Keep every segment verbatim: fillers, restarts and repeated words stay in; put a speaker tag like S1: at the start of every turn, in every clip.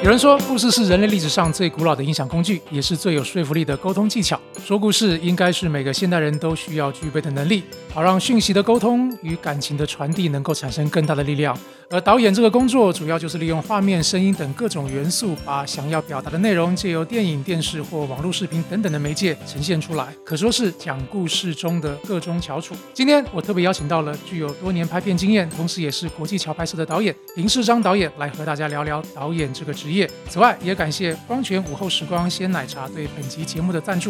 S1: 有人说，故事是人类历史上最古老的影响工具，也是最有说服力的沟通技巧。说故事应该是每个现代人都需要具备的能力，好让讯息的沟通与感情的传递能够产生更大的力量。而导演这个工作，主要就是利用画面、声音等各种元素，把想要表达的内容借由电影、电视或网络视频等等的媒介呈现出来，可说是讲故事中的各中翘楚。今天我特别邀请到了具有多年拍片经验，同时也是国际桥拍摄的导演林世章导演，来和大家聊聊导演这个职业。此外，也感谢光泉午后时光鲜奶茶对本集节目的赞助。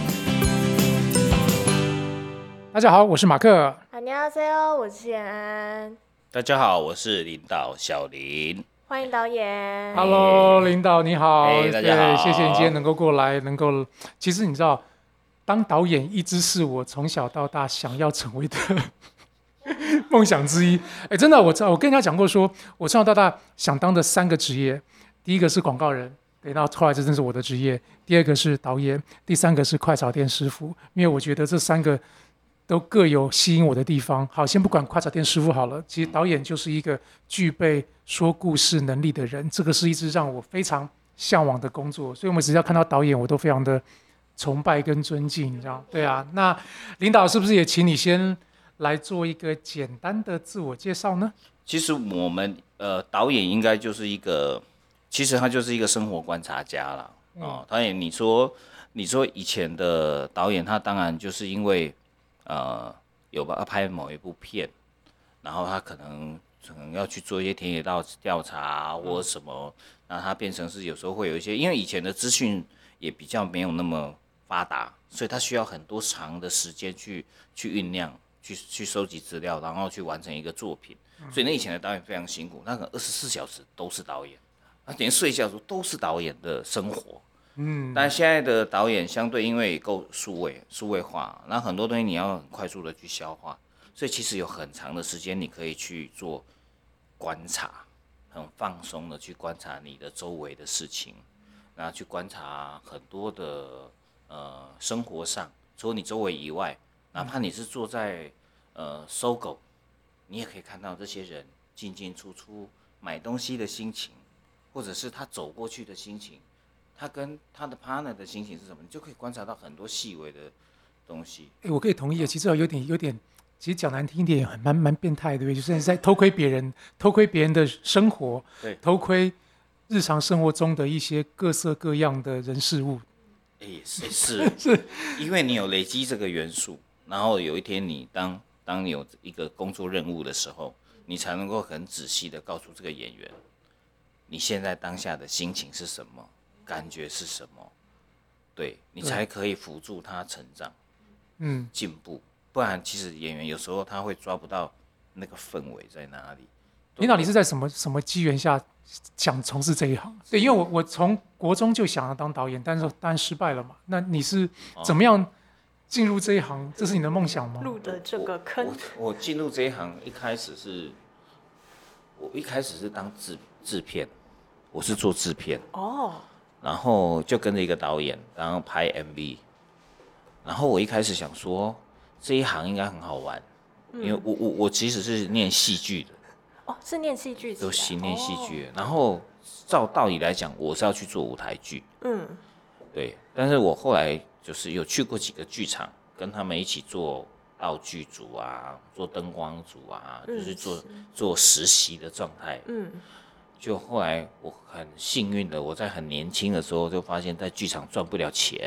S1: 大家好，我是马克。
S2: 안녕하세요，我是贤安。
S3: 大家好，我是领导小林。
S2: 欢迎导演。
S1: Hello， 领导你好。
S3: Hey, 大家好。
S1: 谢谢你今天能够过来，能够，其实你知道，当导演一直是我从小到大想要成为的梦想之一。哎，真的，我我跟人家讲过说，我从小到大想当的三个职业，第一个是广告人，对，那后来这真是我的职业。第二个是导演，第三个是快炒店师傅，因为我觉得这三个都各有吸引我的地方。好，先不管快炒店师傅好了，其实导演就是一个具备说故事能力的人，这个是一直让我非常向往的工作，所以我们只要看到导演，我都非常的崇拜跟尊敬，你知道？对啊，那领导是不是也请你先来做一个简单的自我介绍呢？
S3: 其实我们呃导演应该就是一个，其实他就是一个生活观察家啦。哦，导演，你说你说以前的导演，他当然就是因为呃有把他拍某一部片，然后他可能可能要去做一些田野调调查或者什么，那他变成是有时候会有一些，因为以前的资讯也比较没有那么发达，所以他需要很多长的时间去去酝酿。去去收集资料，然后去完成一个作品，所以那以前的导演非常辛苦，那可能二十四小时都是导演，他连睡觉的时候都是导演的生活。嗯，但现在的导演相对因为够数位数位化，那很多东西你要很快速的去消化，所以其实有很长的时间你可以去做观察，很放松的去观察你的周围的事情，然后去观察很多的呃生活上，除了你周围以外。哪怕你是坐在呃搜狗，你也可以看到这些人进进出出买东西的心情，或者是他走过去的心情，他跟他的 partner 的心情是什么，你就可以观察到很多细微的东西。
S1: 哎，我可以同意，其实有点有点，其实讲难听一点，很蛮蛮变态，对不对？就是在偷窥别人，偷窥别人的生活，
S3: 对，
S1: 偷窥日常生活中的一些各色各样的人事物。
S3: 哎，是是是，因为你有累积这个元素。然后有一天你当当你有一个工作任务的时候，你才能够很仔细的告诉这个演员，你现在当下的心情是什么，感觉是什么，对，你才可以辅助他成长，嗯，进步。不然其实演员有时候他会抓不到那个氛围在哪里。
S1: 领导，你是在什么什么机缘下想从事这一行？对，因为我我从国中就想要当导演，但是当然失败了嘛。那你是怎么样进入这一行？这是你的梦想吗？
S2: 入的这个坑。
S3: 我, 我, 我进入这一行一开始是，我一开始是当制制片，我是做制片哦，然后就跟着一个导演，然后拍 M V， 然后我一开始想说这一行应该很好玩，嗯、因为我我我其实是念戏剧的，
S2: 哦，是念戏剧的，
S3: 都是念戏剧的，然后照道理来讲，我是要去做舞台剧，嗯，对，但是我后来。就是有去过几个剧场，跟他们一起做道具组啊，做灯光组啊，嗯、就是做做实习的状态。嗯，就后来我很幸运的，我在很年轻的时候就发现，在剧场赚不了钱，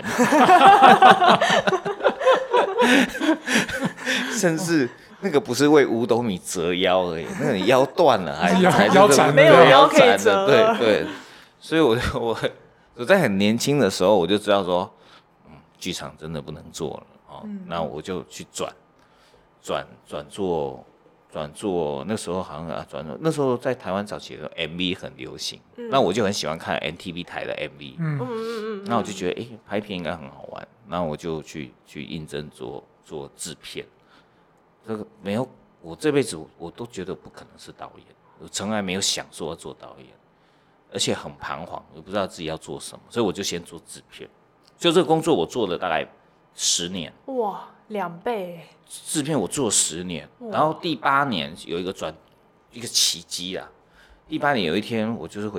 S3: 甚至那个不是为五斗米折腰而已，那个腰断了还还
S1: 腰斩
S2: 没有腰可以折，
S3: 对对，所以我我我在很年轻的时候我就知道说。剧场真的不能做了哦，嗯、那我就去转转转做转做，那时候好像啊转那时候在台湾早期的 M V 很流行，嗯、那我就很喜欢看 N T V 台的 M V， 嗯嗯嗯，那我就觉得哎、欸、拍片应该很好玩，那我就去去应征做做制片，这个没有我这辈子我都觉得不可能是导演，我从来没有想说要做导演，而且很彷徨，我不知道自己要做什么，所以我就先做制片。就这个工作我做了大概十年，
S2: 哇，两倍！
S3: 制片我做了十年，然后第八年有一个转一个奇迹啊！第八年有一天我就是回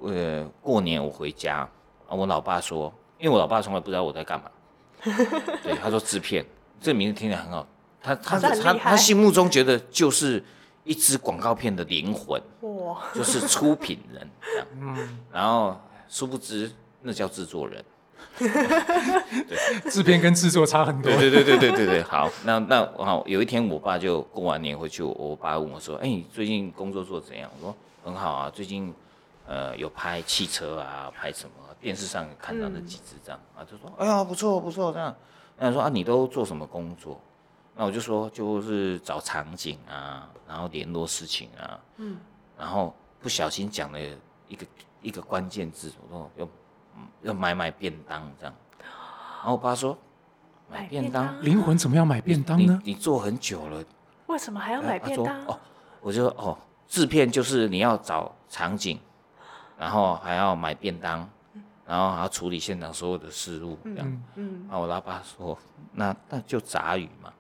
S3: 呃过年我回家啊，我老爸说，因为我老爸从来不知道我在干嘛，对，他说制片，这个名字听起来很好，他他他他心目中觉得就是一支广告片的灵魂，哇，就是出品人这样，嗯，然后殊不知那叫制作人。
S1: 对，制片跟制作差很多。
S3: 对对对对对对，好，那那好，有一天我爸就过完年回去，我爸问我说：“哎、欸，你最近工作做怎样？”我说：“很好啊，最近呃有拍汽车啊，拍什么电视上看到那几支这样、嗯、啊，就说：哎呀不错不错这样。那说啊你都做什么工作？那我就说就是找场景啊，然后联络事情啊，嗯，然后不小心讲了一个一个关键字，我说要。”要买买便当这样，然后我爸说：“买便当，
S1: 灵魂怎么样买便当呢？
S3: 你, 你, 你做很久了，
S2: 为什么还要买便当？”
S3: 哦，我就说哦，制片就是你要找场景，然后还要买便当，然后还要处理现场所有的事务这样。嗯，然后我老爸说：“那那就杂鱼嘛。”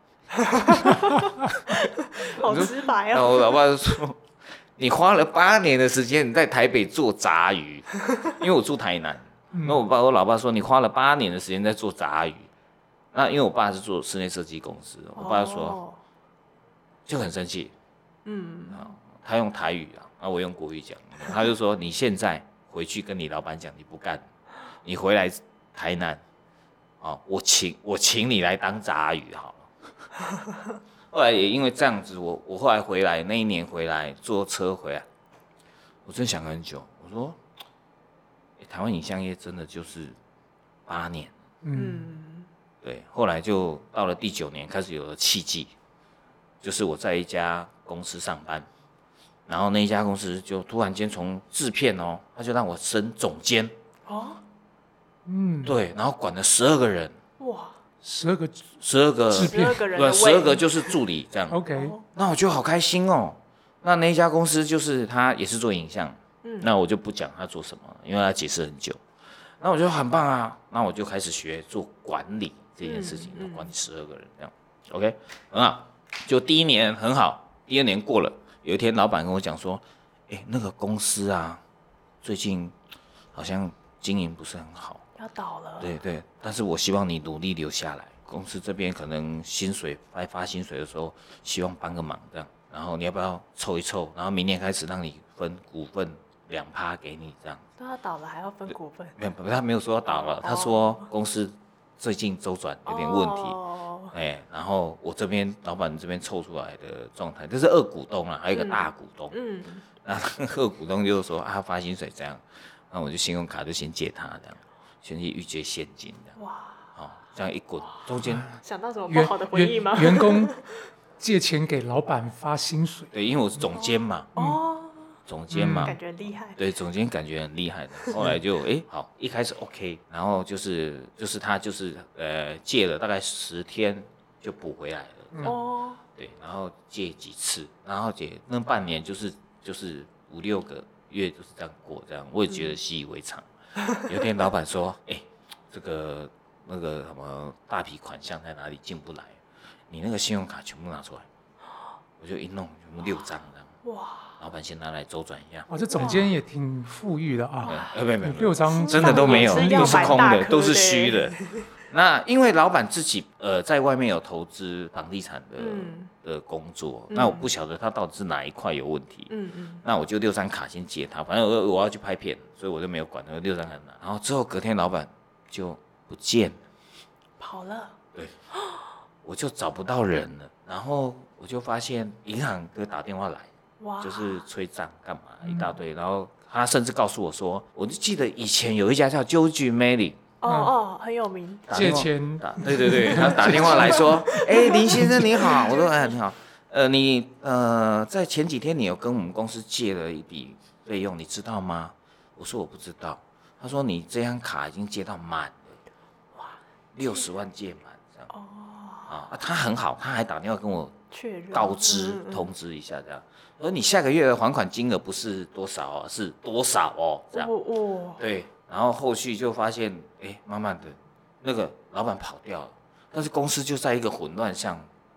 S2: 好直白哦。
S3: 然后我老爸就说：“你花了八年的时间你在台北做杂鱼，因为我住台南。”那我爸我老爸说你花了八年的时间在做杂鱼，那因为我爸是做室内设计公司，我爸说就很生气，嗯，他用台语啊，啊我用国语讲，他就说你现在回去跟你老板讲你不干，你回来台南，哦我请我请你来当杂鱼好了。后来也因为这样子，我我后来回来那一年回来坐车回来，我真想很久，我说。台湾影像业真的就是八年，嗯，对，后来就到了第九年开始有了契机，就是我在一家公司上班，然后那一家公司就突然间从制片哦，他就让我升总监，哦，嗯，对，然后管了十二个人，哇，
S1: 十二个
S3: 十二个
S1: 制片，
S3: 对，十二个就是助理这样
S1: ，OK，
S3: 那我就好开心哦，那那一家公司就是他也是做影像。那我就不讲他做什么，因为他解释很久。那我觉得很棒啊，那我就开始学做管理这件事情，嗯嗯、管理十二个人这样 ，OK， 很好。就第一年很好，第二年过了，有一天老板跟我讲说，哎、欸，那个公司啊，最近好像经营不是很好，
S2: 要倒了。
S3: 对对，但是我希望你努力留下来，公司这边可能薪水该发薪水的时候，希望帮个忙这样。然后你要不要凑一凑？然后明年开始让你分股份。两趴给你这样，
S2: 都要倒了还要分股份？
S3: 没有，他没有说要倒了，哦、他说公司最近周转有点问题，哎、哦欸，然后我这边老板这边凑出来的状态，这是二股东啊，还有一个大股东，嗯，然后二股东就说啊发薪水这样，那我就信用卡就先借他这样，先去预借现金这样，哇，哦，这样一滚，中间
S2: 想到什么不好的回忆吗？
S1: 员工借钱给老板发薪水，
S3: 对，因为我是总监嘛，哦。总监嘛、
S2: 嗯，感觉很厉害。
S3: 对，总监感觉很厉害的。后来就哎、欸、好，一开始 OK， 然后就是就是他就是呃借了大概十天就补回来了。哦、嗯。对，然后借几次，然后借那半年就是就是五六个月就是这样过，这样我也觉得习以为常。嗯、有一天老板说，哎、欸，这个那个什么大笔款项在哪里进不来，你那个信用卡全部拿出来，我就一弄全部六张这样。哇。老板先拿来周转一下。
S1: 哦，这总监也挺富裕的啊。
S3: 呃，没有没有，
S1: 六张
S3: 真的都没有，都是空的，都是虚的。那因为老板自己呃在外面有投资房地产的、嗯、的工作，嗯、那我不晓得他到底是哪一块有问题。嗯嗯。那我就六张卡先借他，反正我我要去拍片，所以我就没有管那六张卡拿。然后之后隔天老板就不见了，
S2: 跑了。
S3: 对，我就找不到人了。然后我就发现银行给我打电话来。就是催账干嘛一大堆，嗯、然后他甚至告诉我说，我就记得以前有一家叫 George Melly，
S2: 哦哦，很有名，
S1: 借钱，
S3: 对对对，他打电话来说，哎、欸，林先生你好，我说哎你好，呃你呃在前几天你有跟我们公司借了一笔费用，你知道吗？我说我不知道，他说你这张卡已经借到满了，哇，六十万借满这样，哦，啊他很好，他还打电话跟我告知嗯嗯通知一下这样。而你下个月的还款金额不是多少哦，是多少哦？这样，哦哦、对，然后后续就发现，哎，慢慢的，那个老板跑掉了，但是公司就在一个混乱上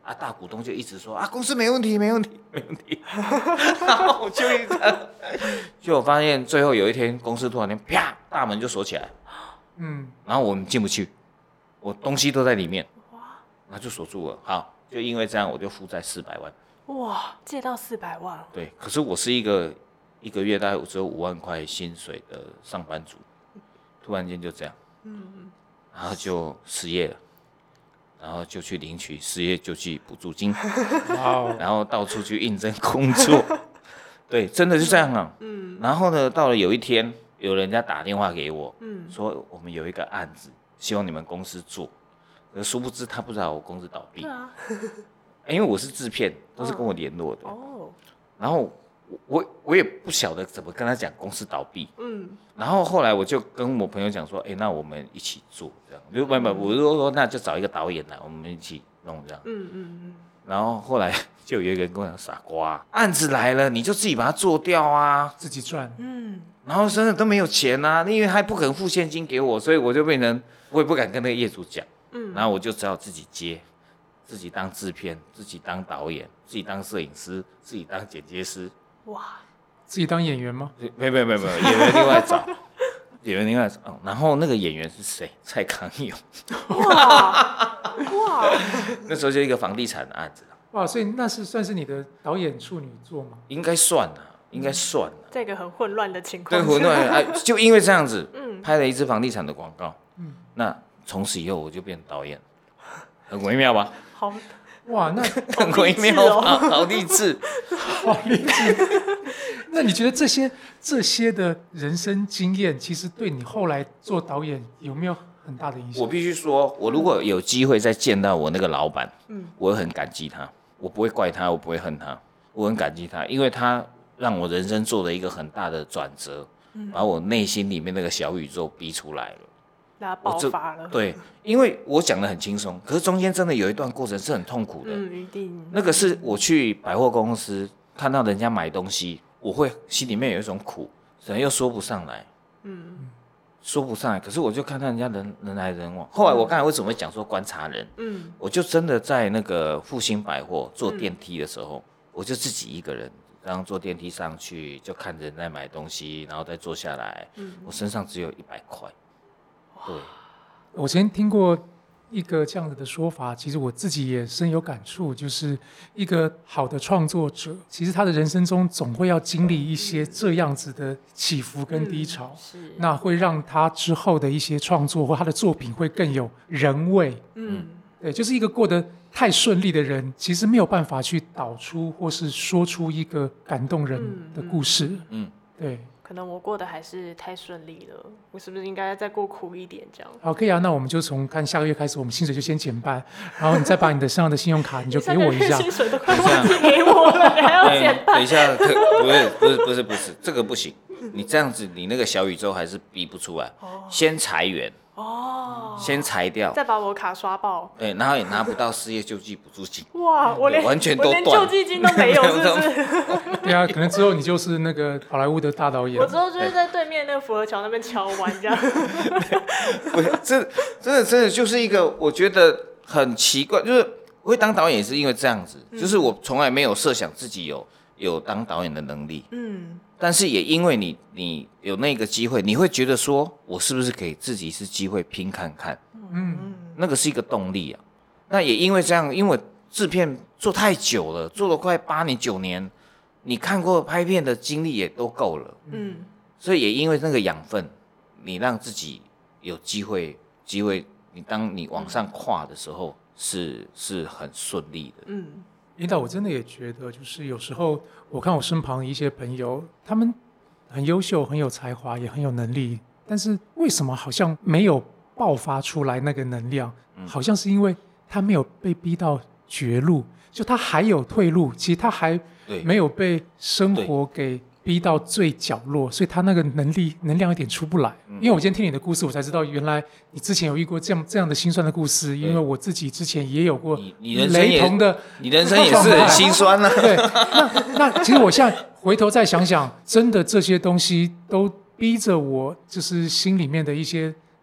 S3: 啊，大股东就一直说啊，公司没问题，没问题，没问题。然后我就一直，就我发现最后有一天，公司突然间啪，大门就锁起来，嗯，然后我们进不去，我东西都在里面，哇，然后就锁住了。好，就因为这样，我就负债四百万。
S2: 哇，借到四百万。
S3: 对，可是我是一个一个月大概只有五万块薪水的上班族，突然间就这样，嗯，然后就失业了。然后就去领取失业救济补助金，wow. 然后到处去应征工作，对，真的是这样啊。嗯，然后呢，到了有一天，有人家打电话给我，嗯，说我们有一个案子，希望你们公司做，可殊不知他不知道我公司倒闭，对啊，因为我是制片，都是跟我联络的，哦，然后我我也不晓得怎么跟他讲公司倒闭，嗯，然后后来我就跟我朋友讲说，哎、欸，那我们一起做这样，就不不，我就说那就找一个导演来，我们一起弄这样，嗯嗯嗯，然后后来就有一个人跟我讲，傻瓜，案子来了你就自己把它做掉啊，
S1: 自己赚，
S3: 嗯，然后真的都没有钱啊，因为他不肯付现金给我，所以我就变成我也不敢跟那个业主讲，嗯，然后我就只好自己接。自己当制片，自己当导演，自己当摄影师，自己当剪接师。哇，
S1: 自己当演员吗？
S3: 没没没没，演员另外找，演员另外找。哦，然后那个演员是谁？蔡康永。哇哇！那时候就一个房地产的案子。
S1: 哇，所以那是算是你的导演处女作吗？
S3: 应该算啊，应该算啊。
S2: 这个很混乱的情况。
S3: 对，混乱啊，就因为这样子，嗯，拍了一支房地产的广告，嗯，那从此以后我就变导演，很微妙吧？
S2: 好
S1: 哇，那
S3: 很微妙啊，好励志，
S1: 好励志。那你觉得这些这些的人生经验，其实对你后来做导演有没有很大的影响？
S3: 我必须说，我如果有机会再见到我那个老板，嗯，我会很感激他，我不会怪他，我不会恨他，我很感激他，因为他让我人生做了一个很大的转折，嗯，把我内心里面那个小宇宙逼出来了。
S2: 那爆发了，
S3: 对，因为我讲的很轻松，可是中间真的有一段过程是很痛苦的。
S2: 嗯，一定。
S3: 那个是我去百货公司看到人家买东西，我会心里面有一种苦，可能又说不上来，嗯，说不上来。可是我就看到人家人人来人往。后来我刚才为什么会讲说观察人？嗯，我就真的在那个复兴百货坐电梯的时候，嗯，我就自己一个人，然后坐电梯上去，就看人在买东西，然后再坐下来，嗯，我身上只有一百块。对，
S1: 我之前听过一个这样子的说法，其实我自己也深有感触，就是一个好的创作者，其实他的人生中总会要经历一些这样子的起伏跟低潮，嗯，那会让他之后的一些创作或他的作品会更有人味。嗯，对，就是一个过得太顺利的人，其实没有办法去导出或是说出一个感动人的故事。嗯，嗯对。
S2: 可能我过得还是太顺利了，我是不是应该再过苦一点这样？
S1: 好，可以啊，那我们就从看下个月开始，我们薪水就先减半，然后你再把你的身上的信用卡，你就给我一下。
S2: 薪水都快忘记给我了，你还要减半？
S3: 等一下，不是不是不是不是，这个不行，你这样子，你那个小宇宙还是逼不出来。哦，先裁员。哦，先裁掉，
S2: 再把我卡刷爆，
S3: 对，然后也拿不到失业救济补助金。
S2: 哇，我连
S3: 完全都断，
S2: 我连救济金都没有，是不是？
S1: 对啊，可能之后你就是那个好莱坞的大导演。
S2: 我之后就是在对面那个福和桥那边敲碗这样。
S3: 不是，这真的真的就是一个我觉得很奇怪，就是我会当导演也是因为这样子，嗯，就是我从来没有设想自己有有当导演的能力。嗯。但是也因为你你有那个机会，你会觉得说我是不是给自己是机会拼看看，嗯，那个是一个动力啊。那也因为这样，因为制片做太久了，做了快八年九年，你看过拍片的经历也都够了，嗯，所以也因为那个养分，你让自己有机会机会，你当你往上跨的时候，是是很顺利的，嗯。
S1: 领导，我真的也觉得，就是有时候我看我身旁的一些朋友，他们很优秀、很有才华，也很有能力，但是为什么好像没有爆发出来那个能量？嗯，好像是因为他没有被逼到绝路，就他还有退路，其实他还没有被生活给逼到最角落，所以他那个能力能量有点出不来。嗯，因为我今天听你的故事，我才知道原来你之前有遇过这样这样的心酸的故事。因为我自己之前也有过雷同的，
S3: 你人生也是很心酸啊。
S1: 对，那那其实我现在回头再想想，真的这些东西都逼着我，就是心里面的一些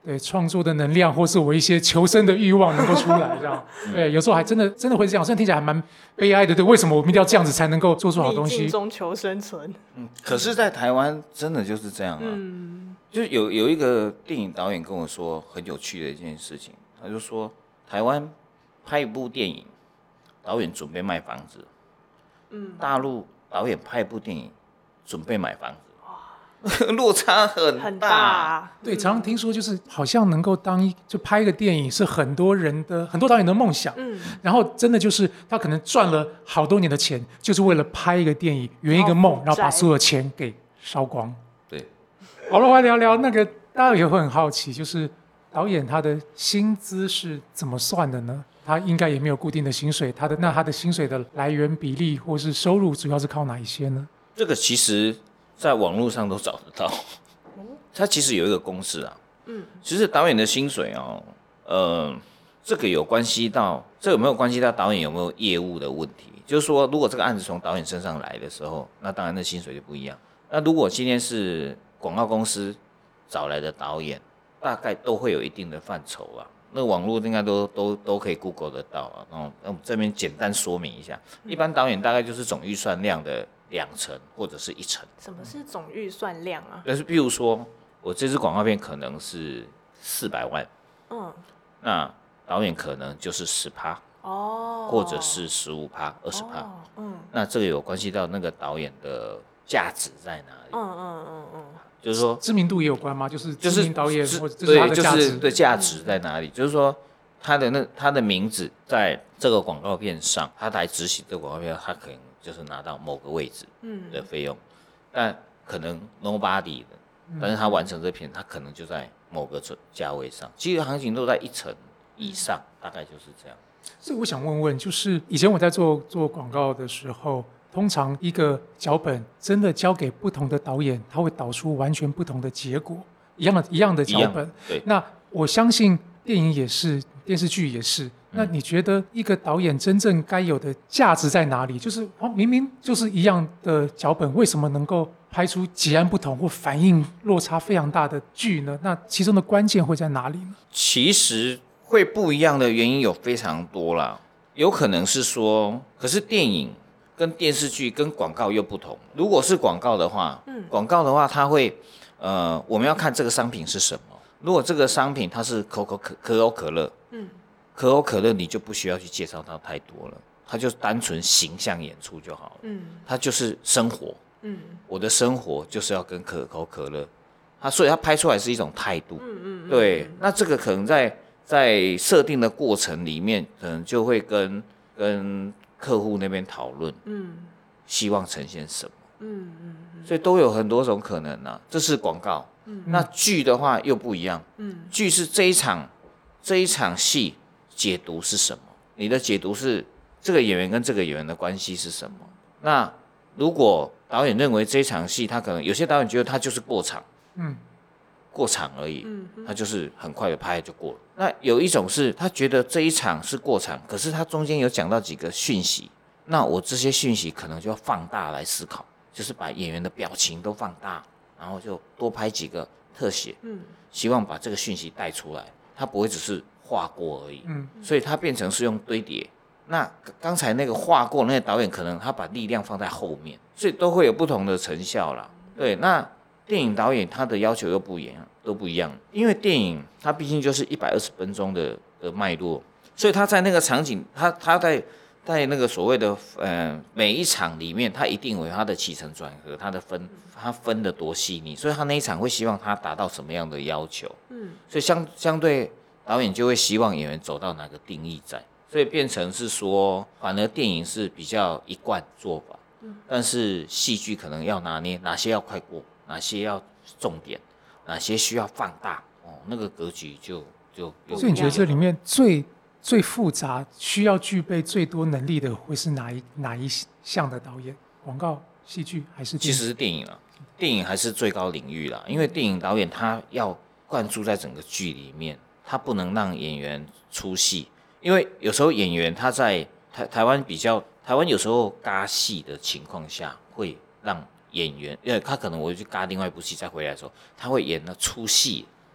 S1: 对创作的能量，或是我一些求生的欲望能够出来，这样。对，有时候还真的真的会这样，虽然听起来还蛮悲哀的。对，为什么我们一定要这样子才能够做出好东西？
S2: 逆境中求生存。
S3: 嗯，可是，在台湾真的就是这样啊。嗯，就是有有一个电影导演跟我说很有趣的一件事情，他就说台湾拍一部电影，导演准备卖房子，嗯，大陆导演拍一部电影，准备买房子。落差很大，
S2: 很大啊、
S1: 对，常常听说就是好像能够当一就拍一个电影是很多人的很多导演的梦想，嗯，然后真的就是他可能赚了好多年的钱，就是为了拍一个电影，圆一个梦，然后把所有钱给烧光。
S3: 对，
S1: 好了，我来聊聊那个，大家也会很好奇，就是导演他的薪资是怎么算的呢？他应该也没有固定的薪水，他的那他的薪水的来源比例或是收入主要是靠哪一些呢？
S3: 这个其实在网络上都找得到，它其实有一个公式啊。嗯，其实导演的薪水哦，呃，这个有关系到，这有没有关系到导演有没有业务的问题？就是说，如果这个案子从导演身上来的时候，那当然那薪水就不一样。那如果今天是广告公司找来的导演，大概都会有一定的范畴啊。那网络应该都都都可以 Google 得到啊。然后，那我们这边简单说明一下，一般导演大概就是总预算量的两成或者是一成。
S2: 什么是总预算量啊？
S3: 但是，比如说，我这支广告片可能是四百万，嗯，那导演可能就是十趴，哦，或者是十五趴、二十趴，嗯，那这个有关系到那个导演的价值在哪里？嗯嗯嗯嗯，就是说
S1: 知名度也有关吗？就是
S3: 就是
S1: 知名导演，或者
S3: 对，
S1: 他的价值，
S3: 就是对价值在哪里？就是说。他的那他的名字在这个广告片上，他来执行这个广告片，他可能就是拿到某个位置的费用，嗯、但可能 nobody 的，但是他完成这片，他可能就在某个价位上，其实行情都在一成以上，大概就是这样。
S1: 所以我想问问，就是以前我在做做广告的时候，通常一个脚本真的交给不同的导演，他会导出完全不同的结果，一样的一样的脚本。
S3: 对，
S1: 那我相信电影也是。电视剧也是，那你觉得一个导演真正该有的价值在哪里？就是明明就是一样的脚本，为什么能够拍出截然不同或反应落差非常大的剧呢？那其中的关键会在哪里呢？
S3: 其实会不一样的原因有非常多啦，有可能是说，可是电影跟电视剧跟广告又不同。如果是广告的话，嗯，广告的话，它会，呃，我们要看这个商品是什么。如果这个商品它是可口可可口可乐，嗯，可口可乐你就不需要去介绍它太多了，它就单纯形象演出就好了，嗯，它就是生活，嗯，我的生活就是要跟可口可乐，它所以它拍出来是一种态度，嗯嗯，对，那这个可能在在设定的过程里面，可能就会跟跟客户那边讨论，嗯，希望呈现什么，嗯嗯，所以都有很多种可能啊，这是广告。嗯、那剧的话又不一样，嗯，剧是这一场这一场戏解读是什么？你的解读是这个演员跟这个演员的关系是什么？那如果导演认为这一场戏，他可能有些导演觉得他就是过场，嗯，过场而已，嗯，他就是很快的拍就过了。那有一种是他觉得这一场是过场，可是他中间有讲到几个讯息，那我这些讯息可能就要放大来思考，就是把演员的表情都放大。然后就多拍几个特写，嗯，希望把这个讯息带出来，它不会只是画过而已，嗯，所以它变成是用堆叠。那刚才那个画过那个导演可能他把力量放在后面，所以都会有不同的成效啦。对，那电影导演他的要求又不一样，都不一样，因为电影它毕竟就是一百二十分钟的的脉络，所以他在那个场景，他他在。在那个所谓的呃每一场里面，他一定有他的起承转合，他的分他分得多细腻，所以他那一场会希望他达到什么样的要求，嗯，所以相相对导演就会希望演员走到哪个定义在，所以变成是说，反而电影是比较一贯做法，嗯，但是戏剧可能要拿捏哪些要快过，哪些要重点，哪些需要放大，哦，那个格局就就有。
S1: 所以你觉得这里面最最复杂、需要具备最多能力的会是哪一哪一项的导演？广告、戏剧还是电影？
S3: 其实是电影啦，电影还是最高领域啦。因为电影导演他要灌注在整个剧里面，他不能让演员出戏。因为有时候演员他在台台湾比较，台湾有时候尬戏的情况下，会让演员，因为他可能我去尬另外一部戏再回来的时候，他会演了出戏。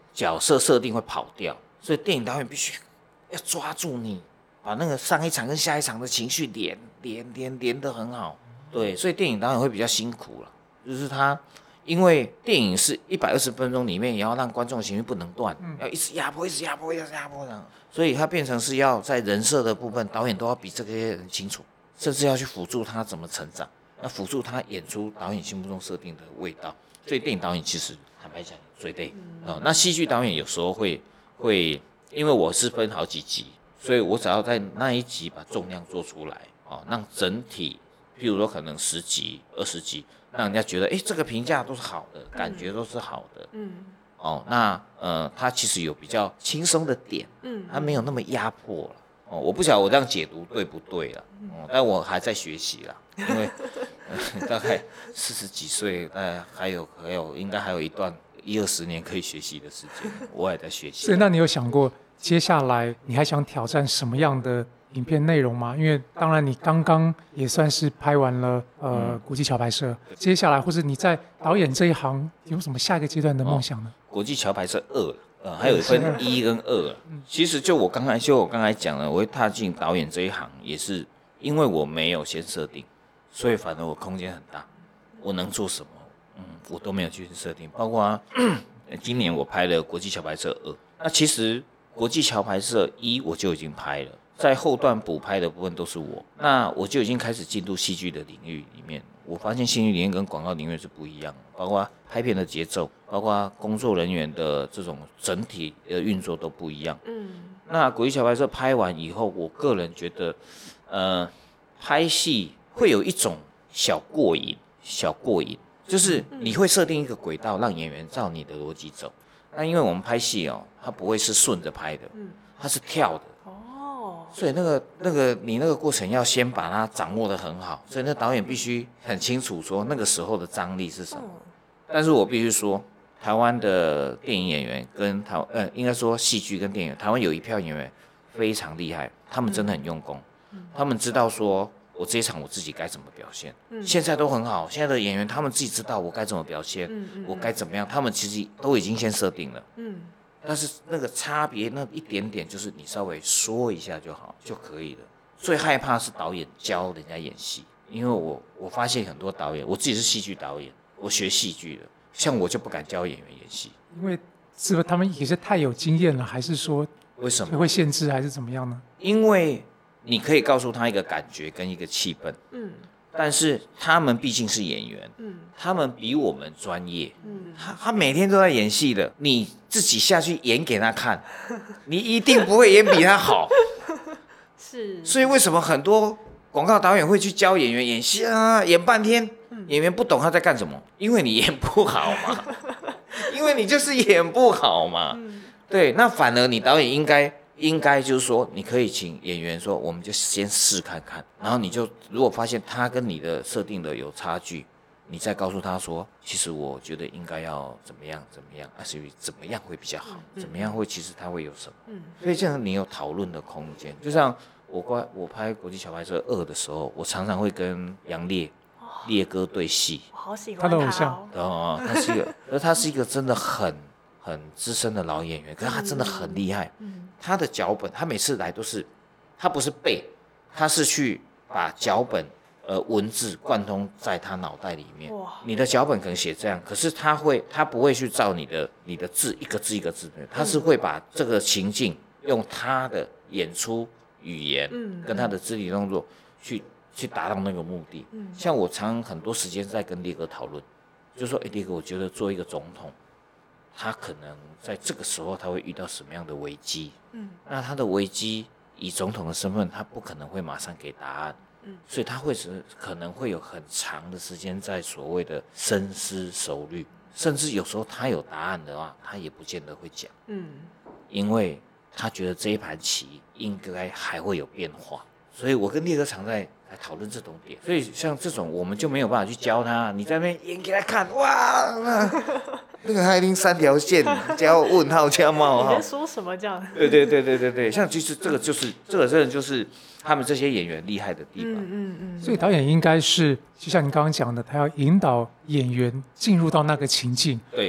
S3: 角色设定会跑掉，所以电影导演必须要抓住你，把那个上一场跟下一场的情绪连连连连得很好。对，所以电影导演会比较辛苦了，就是他因为电影是一百二十分钟里面也要让观众的情绪不能断，嗯、要一直压迫，一直压迫，一直压迫的，所以他变成是要在人设的部分，导演都要比这些人清楚，甚至要去辅助他怎么成长，要辅助他演出导演心目中设定的味道。所以电影导演其实坦白讲最累、嗯哦、那戏剧导演有时候会会，因为我是分好几集，所以我只要在那一集把重量做出来，哦、让整体，譬如说可能十集、二十集。让人家觉得，哎，这个评价都是好的，感觉都是好的。嗯，哦，那呃，他其实有比较轻松的点，嗯，他没有那么压迫了。哦，我不晓得我这样解读对不对了，哦，但我还在学习啦，因为、呃、大概四十几岁，呃，还有还有应该还有一段一二十年可以学习的时间，我也在学习。
S1: 所以，那你有想过接下来你还想挑战什么样的影片内容吗？因为当然你刚刚也算是拍完了呃国际桥牌社，接下来或是你在导演这一行有什么下一个阶段的梦想呢？
S3: 哦、国际桥牌社二，呃，还有分一跟二。其实就我刚才就我刚才讲了，我会踏进导演这一行，也是因为我没有先设定，所以反而我空间很大，我能做什么，嗯，我都没有去设定。包括、啊、今年我拍了国际桥牌社二，那其实国际桥牌社一我就已经拍了。在后段补拍的部分都是我，那我就已经开始进入戏剧的领域里面。我发现戏剧领域跟广告领域是不一样的，包括拍片的节奏，包括工作人员的这种整体的运作都不一样。嗯，那国际桥牌社拍完以后，我个人觉得，呃，拍戏会有一种小过瘾，小过瘾，就是你会设定一个轨道，让演员照你的逻辑走。那因为我们拍戏哦，它不会是顺着拍的，它是跳的。所以那个那个你那个过程要先把它掌握得很好，所以那导演必须很清楚说那个时候的张力是什么。但是我必须说，台湾的电影演员跟台呃应该说戏剧跟电影，台湾有一票演员非常厉害，他们真的很用功，他们知道说我这一场我自己该怎么表现。现在都很好，现在的演员他们自己知道我该怎么表现，我该怎么样，他们其实都已经先设定了。但是那个差别那一点点，就是你稍微说一下就好就可以了。最害怕是导演教人家演戏，因为我我发现很多导演，我自己是戏剧导演，我学戏剧的，像我就不敢教演员演戏，
S1: 因为是不是他们也是太有经验了，还是说
S3: 为什么
S1: 会限制，还是怎么样呢？
S3: 因为你可以告诉他一个感觉跟一个气氛，嗯。但是他们毕竟是演员，嗯，他们比我们专业，嗯，他他每天都在演戏的，你自己下去演给他看，你一定不会演比他好，
S2: 是，
S3: 所以为什么很多广告导演会去教演员演戏啊，演半天，演员不懂他在干什么，因为你演不好嘛，因为你就是演不好嘛，对，那反而你导演应该。应该就是说，你可以请演员说，我们就先试看看，然后你就如果发现他跟你的设定的有差距，你再告诉他说，其实我觉得应该要怎么样怎么样，啊，所以怎么样会比较好，怎么样会其实他会有什么，嗯，所以这样你有讨论的空间。就像我关我拍国际桥牌社二的时候，我常常会跟杨烈烈哥对戏，
S2: 我好喜欢
S1: 他的偶像，
S3: 哦，他是一个，而他是一个真的很。很资深的老演员，可是他真的很厉害。嗯、他的脚本，他每次来都是，他不是背，他是去把脚本呃文字贯通在他脑袋里面。你的脚本可能写这样，可是他会，他不会去照你的你的字一个字一个字的，他是会把这个情境用他的演出语言跟他的肢体动作去去达到那个目的。嗯、像我常很多时间在跟烈哥讨论，就说，哎，烈哥，我觉得做一个总统。他可能在这个时候他会遇到什么样的危机？嗯，那他的危机以总统的身份，他不可能会马上给答案，嗯，所以他会是可能会有很长的时间在所谓的深思熟虑，甚至有时候他有答案的话，他也不见得会讲，嗯，因为他觉得这一盘棋应该还会有变化，所以我跟烈哥常在来讨论这种点，所以像这种我们就没有办法去教他，你在那边演给他看，哇，那那个他一定三条线加问号加冒号，
S2: 你在说什么这样？
S3: 对对对对对对，像其实这个就是这个真的就是他们这些演员厉害的地方。嗯
S1: 嗯嗯。所以导演应该是就像你刚刚讲的，他要引导演员进入到那个情境。
S3: 对。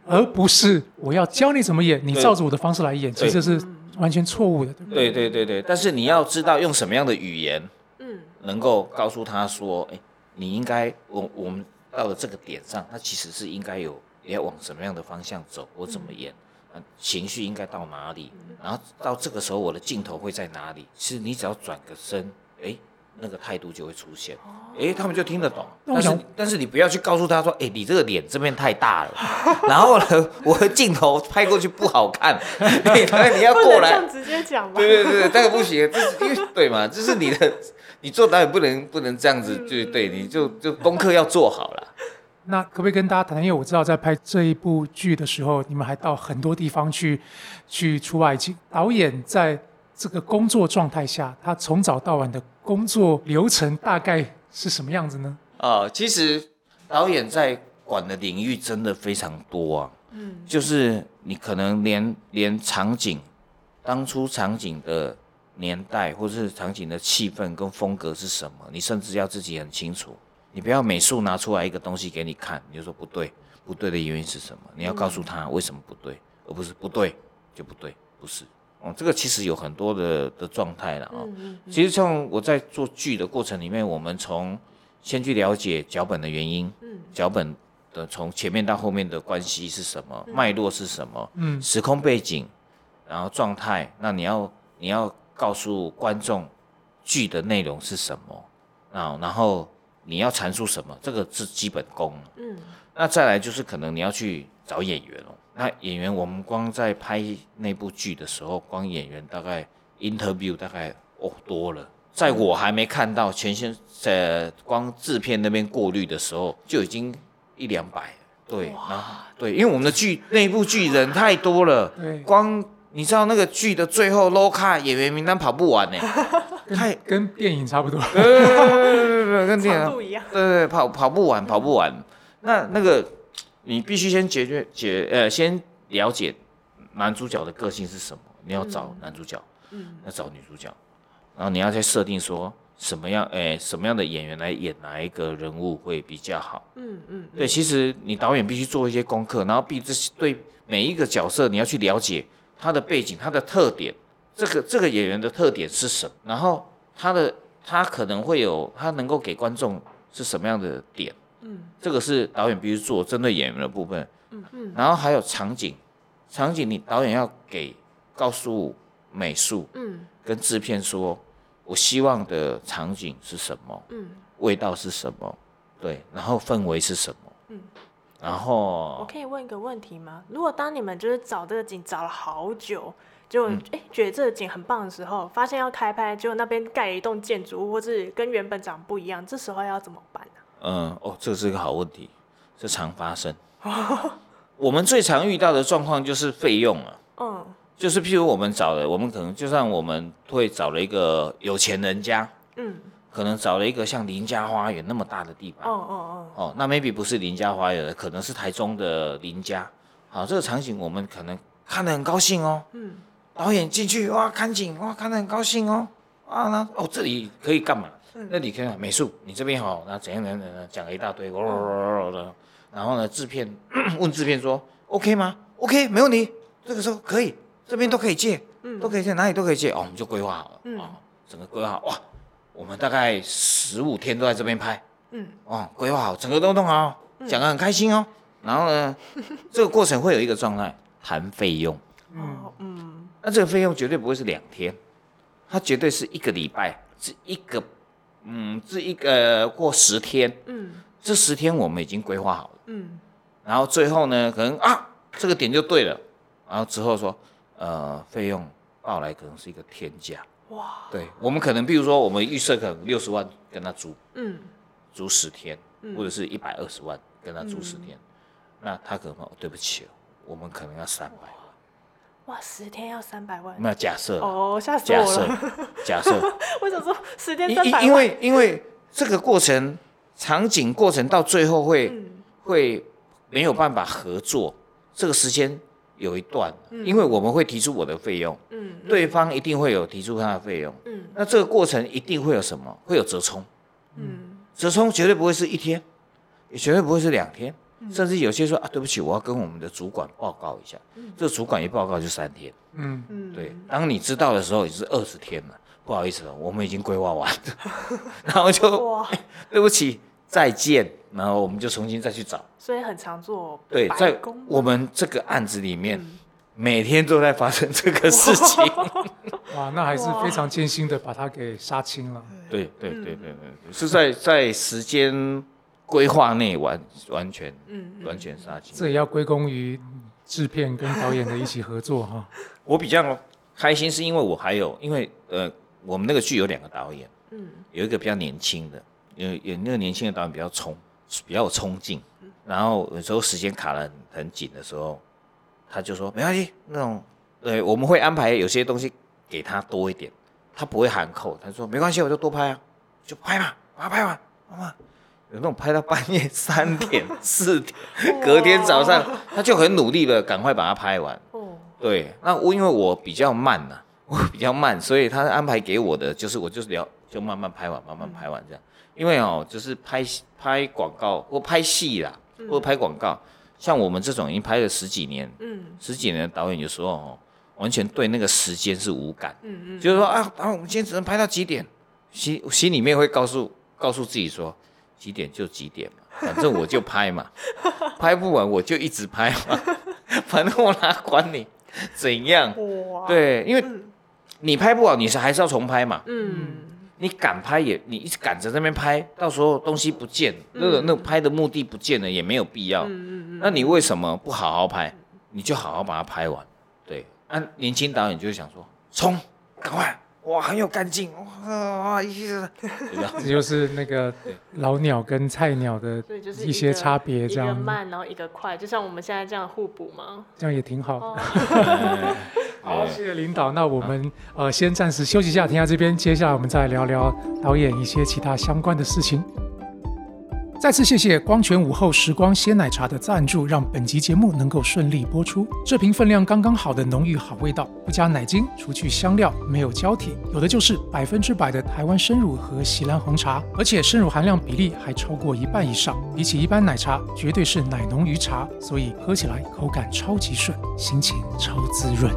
S1: 而不是我要教你怎么演，你照着我的方式来演，其实这是完全错误的，对不对？
S3: 对对对对，但是你要知道用什么样的语言，
S2: 嗯，
S3: 能够告诉他说，哎，你应该，我我们到了这个点上，他其实是应该有要往什么样的方向走，我怎么演，嗯、情绪应该到哪里，然后到这个时候我的镜头会在哪里？其实你只要转个身，哎。那个态度就会出现，哎、哦，他们就听得懂。但是，但是你不要去告诉他说，哎、欸，你这个脸这边太大了，然后呢，我的镜头拍过去不好看，你你要过来，
S2: 不能这样直接讲吧？
S3: 对对对，这个不行，这是因为对嘛，这是你的，你做导演不能不能这样子，对对，你就就功课要做好了。
S1: 那可不可以跟大家谈？因为我知道在拍这一部剧的时候，你们还到很多地方去去出外景，导演在这个工作状态下，他从早到晚的工作流程大概是什么样子呢？
S3: 哦，其实导演在管的领域真的非常多啊。嗯，就是你可能连连场景，当初场景的年代或是场景的气氛跟风格是什么，你甚至要自己很清楚。你不要美术拿出来一个东西给你看，你就说不对，不对的原因是什么？你要告诉他为什么不对，而不是不对就不对，不是。哦，这个其实有很多的的状态了啊。嗯嗯嗯，其实像我在做剧的过程里面，我们从先去了解脚本的原因，嗯，脚本的从前面到后面的关系是什么，脉络是什么，嗯，时空背景，然后状态，那你要你要告诉观众剧的内容是什么啊，然后你要阐述什么，这个是基本功。嗯，那再来就是可能你要去找演员哦。那演员，我们光在拍那部剧的时候，光演员大概 interview 大概哦多了，在我还没看到前线呃光制片那边过滤的时候，就已经一两百了。对，然后对，因为我们的剧那部剧人太多了，光你知道那个剧的最后 low cut 演员名单跑不完呢，
S1: 太跟电影差不多，
S3: 对对对对，跟电
S2: 影一样，
S3: 对对跑跑不完跑不完，那那个。你必须先解决解呃，先了解男主角的个性是什么，你要找男主角，嗯，要找女主角，然后你要再设定说什么样，诶，什么样的演员来演哪一个人物会比较好，嗯嗯，对，其实你导演必须做一些功课，然后必须对每一个角色你要去了解他的背景、他的特点，这个这个演员的特点是什么，然后他的他可能会有他能够给观众是什么样的点。嗯，这个是导演必须做针对演员的部分。嗯嗯，然后还有场景，场景你导演要给告诉美术，嗯，跟制片说，我希望的场景是什么，嗯，味道是什么，对，然后氛围是什么，嗯，然后
S2: 我可以问一个问题吗？如果当你们就是找这个景找了好久，就哎、嗯、觉得这个景很棒的时候，发现要开拍，结果那边盖了一栋建筑物，或是跟原本长不一样，这时候要怎么办呢？
S3: 嗯，哦，这是个好问题，这常发生。我们最常遇到的状况就是费用啊，嗯，就是譬如我们找了，我们可能就算我们会找了一个有钱人家，嗯，可能找了一个像林家花园那么大的地方，哦哦哦，哦，那 maybe 不是林家花园，可能是台中的林家。好，这个场景我们可能看得很高兴哦，嗯，导演进去哇看景哇看得很高兴哦，啊那哦这里可以干嘛？那你看美术，你这边好，那怎样怎样怎样，讲了一大堆，然后呢，制片问制片说 ，OK 吗 ？OK， 没问题，这个时候可以，这边都可以借，嗯，都可以借，哪里都可以借，哦，我们就规划好了，嗯，哦，整个规划好，哇，我们大概十五天都在这边拍，嗯，哦，规划好，整个都弄好，讲得很开心哦，然后呢，这个过程会有一个状态，含费用，嗯嗯，那这个费用绝对不会是两天，它绝对是一个礼拜，是一个。嗯，这一个过十天，嗯，这十天我们已经规划好了，嗯，然后最后呢，可能啊这个点就对了，然后之后说，呃，费用报来可能是一个天价，哇，对我们可能比如说我们预设可能六十万跟他租，嗯，租十天，嗯、或者是一百二十万跟他租十天，嗯、那他可能说对不起了，我们可能要三百。
S2: 哇，十天要三百万？
S3: 没有假设
S2: 哦，吓死我了！
S3: 假设，
S2: 我想说十天三百万，
S3: 因为因为这个过程场景过程到最后会、嗯、会没有办法合作，这个时间有一段，嗯、因为我们会提出我的费用，嗯，对方一定会有提出他的费用，嗯，那这个过程一定会有什么？会有折冲，嗯，折冲绝对不会是一天，也绝对不会是两天， 甚至有些说啊，对不起，我要跟我们的主管报告一下，嗯、这个主管一报告就三天，嗯嗯，对，当你知道的时候已经是二十天了，不好意思了，我们已经规划完了，然后就、欸、对不起，再见，然后我们就重新再去找，
S2: 所以很常做
S3: 对，在我们这个案子里面。嗯每天都在发生这个事情，
S1: 哇，那还是非常艰辛的把它给杀青了。
S3: 对对对对对，是在在时间规划内完完全嗯完全杀青。
S1: 这也要归功于制片跟导演的一起合作哈。
S3: 我比较开心是因为我还有，因为呃我们那个剧有两个导演，嗯，有一个比较年轻的，有有那个年轻的导演比较冲，比较有冲劲，然后有时候时间卡得很很紧的时候。他就说没关系，那种，对，我们会安排有些东西给他多一点，他不会含扣。他说没关系，我就多拍啊，就拍嘛，把它拍完，好吗？有那种拍到半夜三点、四点，隔天早上他就很努力的赶快把它拍完。对，那我因为我比较慢呐、啊，我比较慢，所以他安排给我的就是我就是聊，就慢慢拍完，慢慢拍完这样。因为哦，就是拍拍广告或拍戏啦，或者拍广告。像我们这种已经拍了十几年，嗯，十几年的导演，有时候哦，完全对那个时间是无感，嗯嗯，就是说啊，啊，我们今天只能拍到几点，心心里面会告诉告诉自己说，几点就几点嘛，反正我就拍嘛，拍不完我就一直拍嘛，反正我哪管你怎样，对，因为你拍不完，你是还是要重拍嘛，嗯。你赶拍也，你一直赶着那边拍，到时候东西不见，嗯、那个那个拍的目的不见了，也没有必要。嗯嗯嗯、那你为什么不好好拍？你就好好把它拍完。对，啊，年轻导演就会想说，冲，赶快，哇，很有干劲，哇哇，一直，
S1: 这就是那个老鸟跟菜鸟的一些差别，这样。
S2: 一个慢，然后一个快，就像我们现在这样互补吗？
S1: 这样也挺好的。哦好，谢谢领导。那我们呃先暂时休息一下，停在这边。接下来我们再聊聊导演一些其他相关的事情。再次谢谢光泉午后时光鲜奶茶的赞助，让本集节目能够顺利播出。这瓶分量刚刚好的浓郁好味道，不加奶精，除去香料，没有胶体，有的就是百分之百的台湾生乳和锡兰红茶，而且生乳含量比例还超过一半以上。比起一般奶茶，绝对是奶浓于茶，所以喝起来口感超级顺，心情超滋润。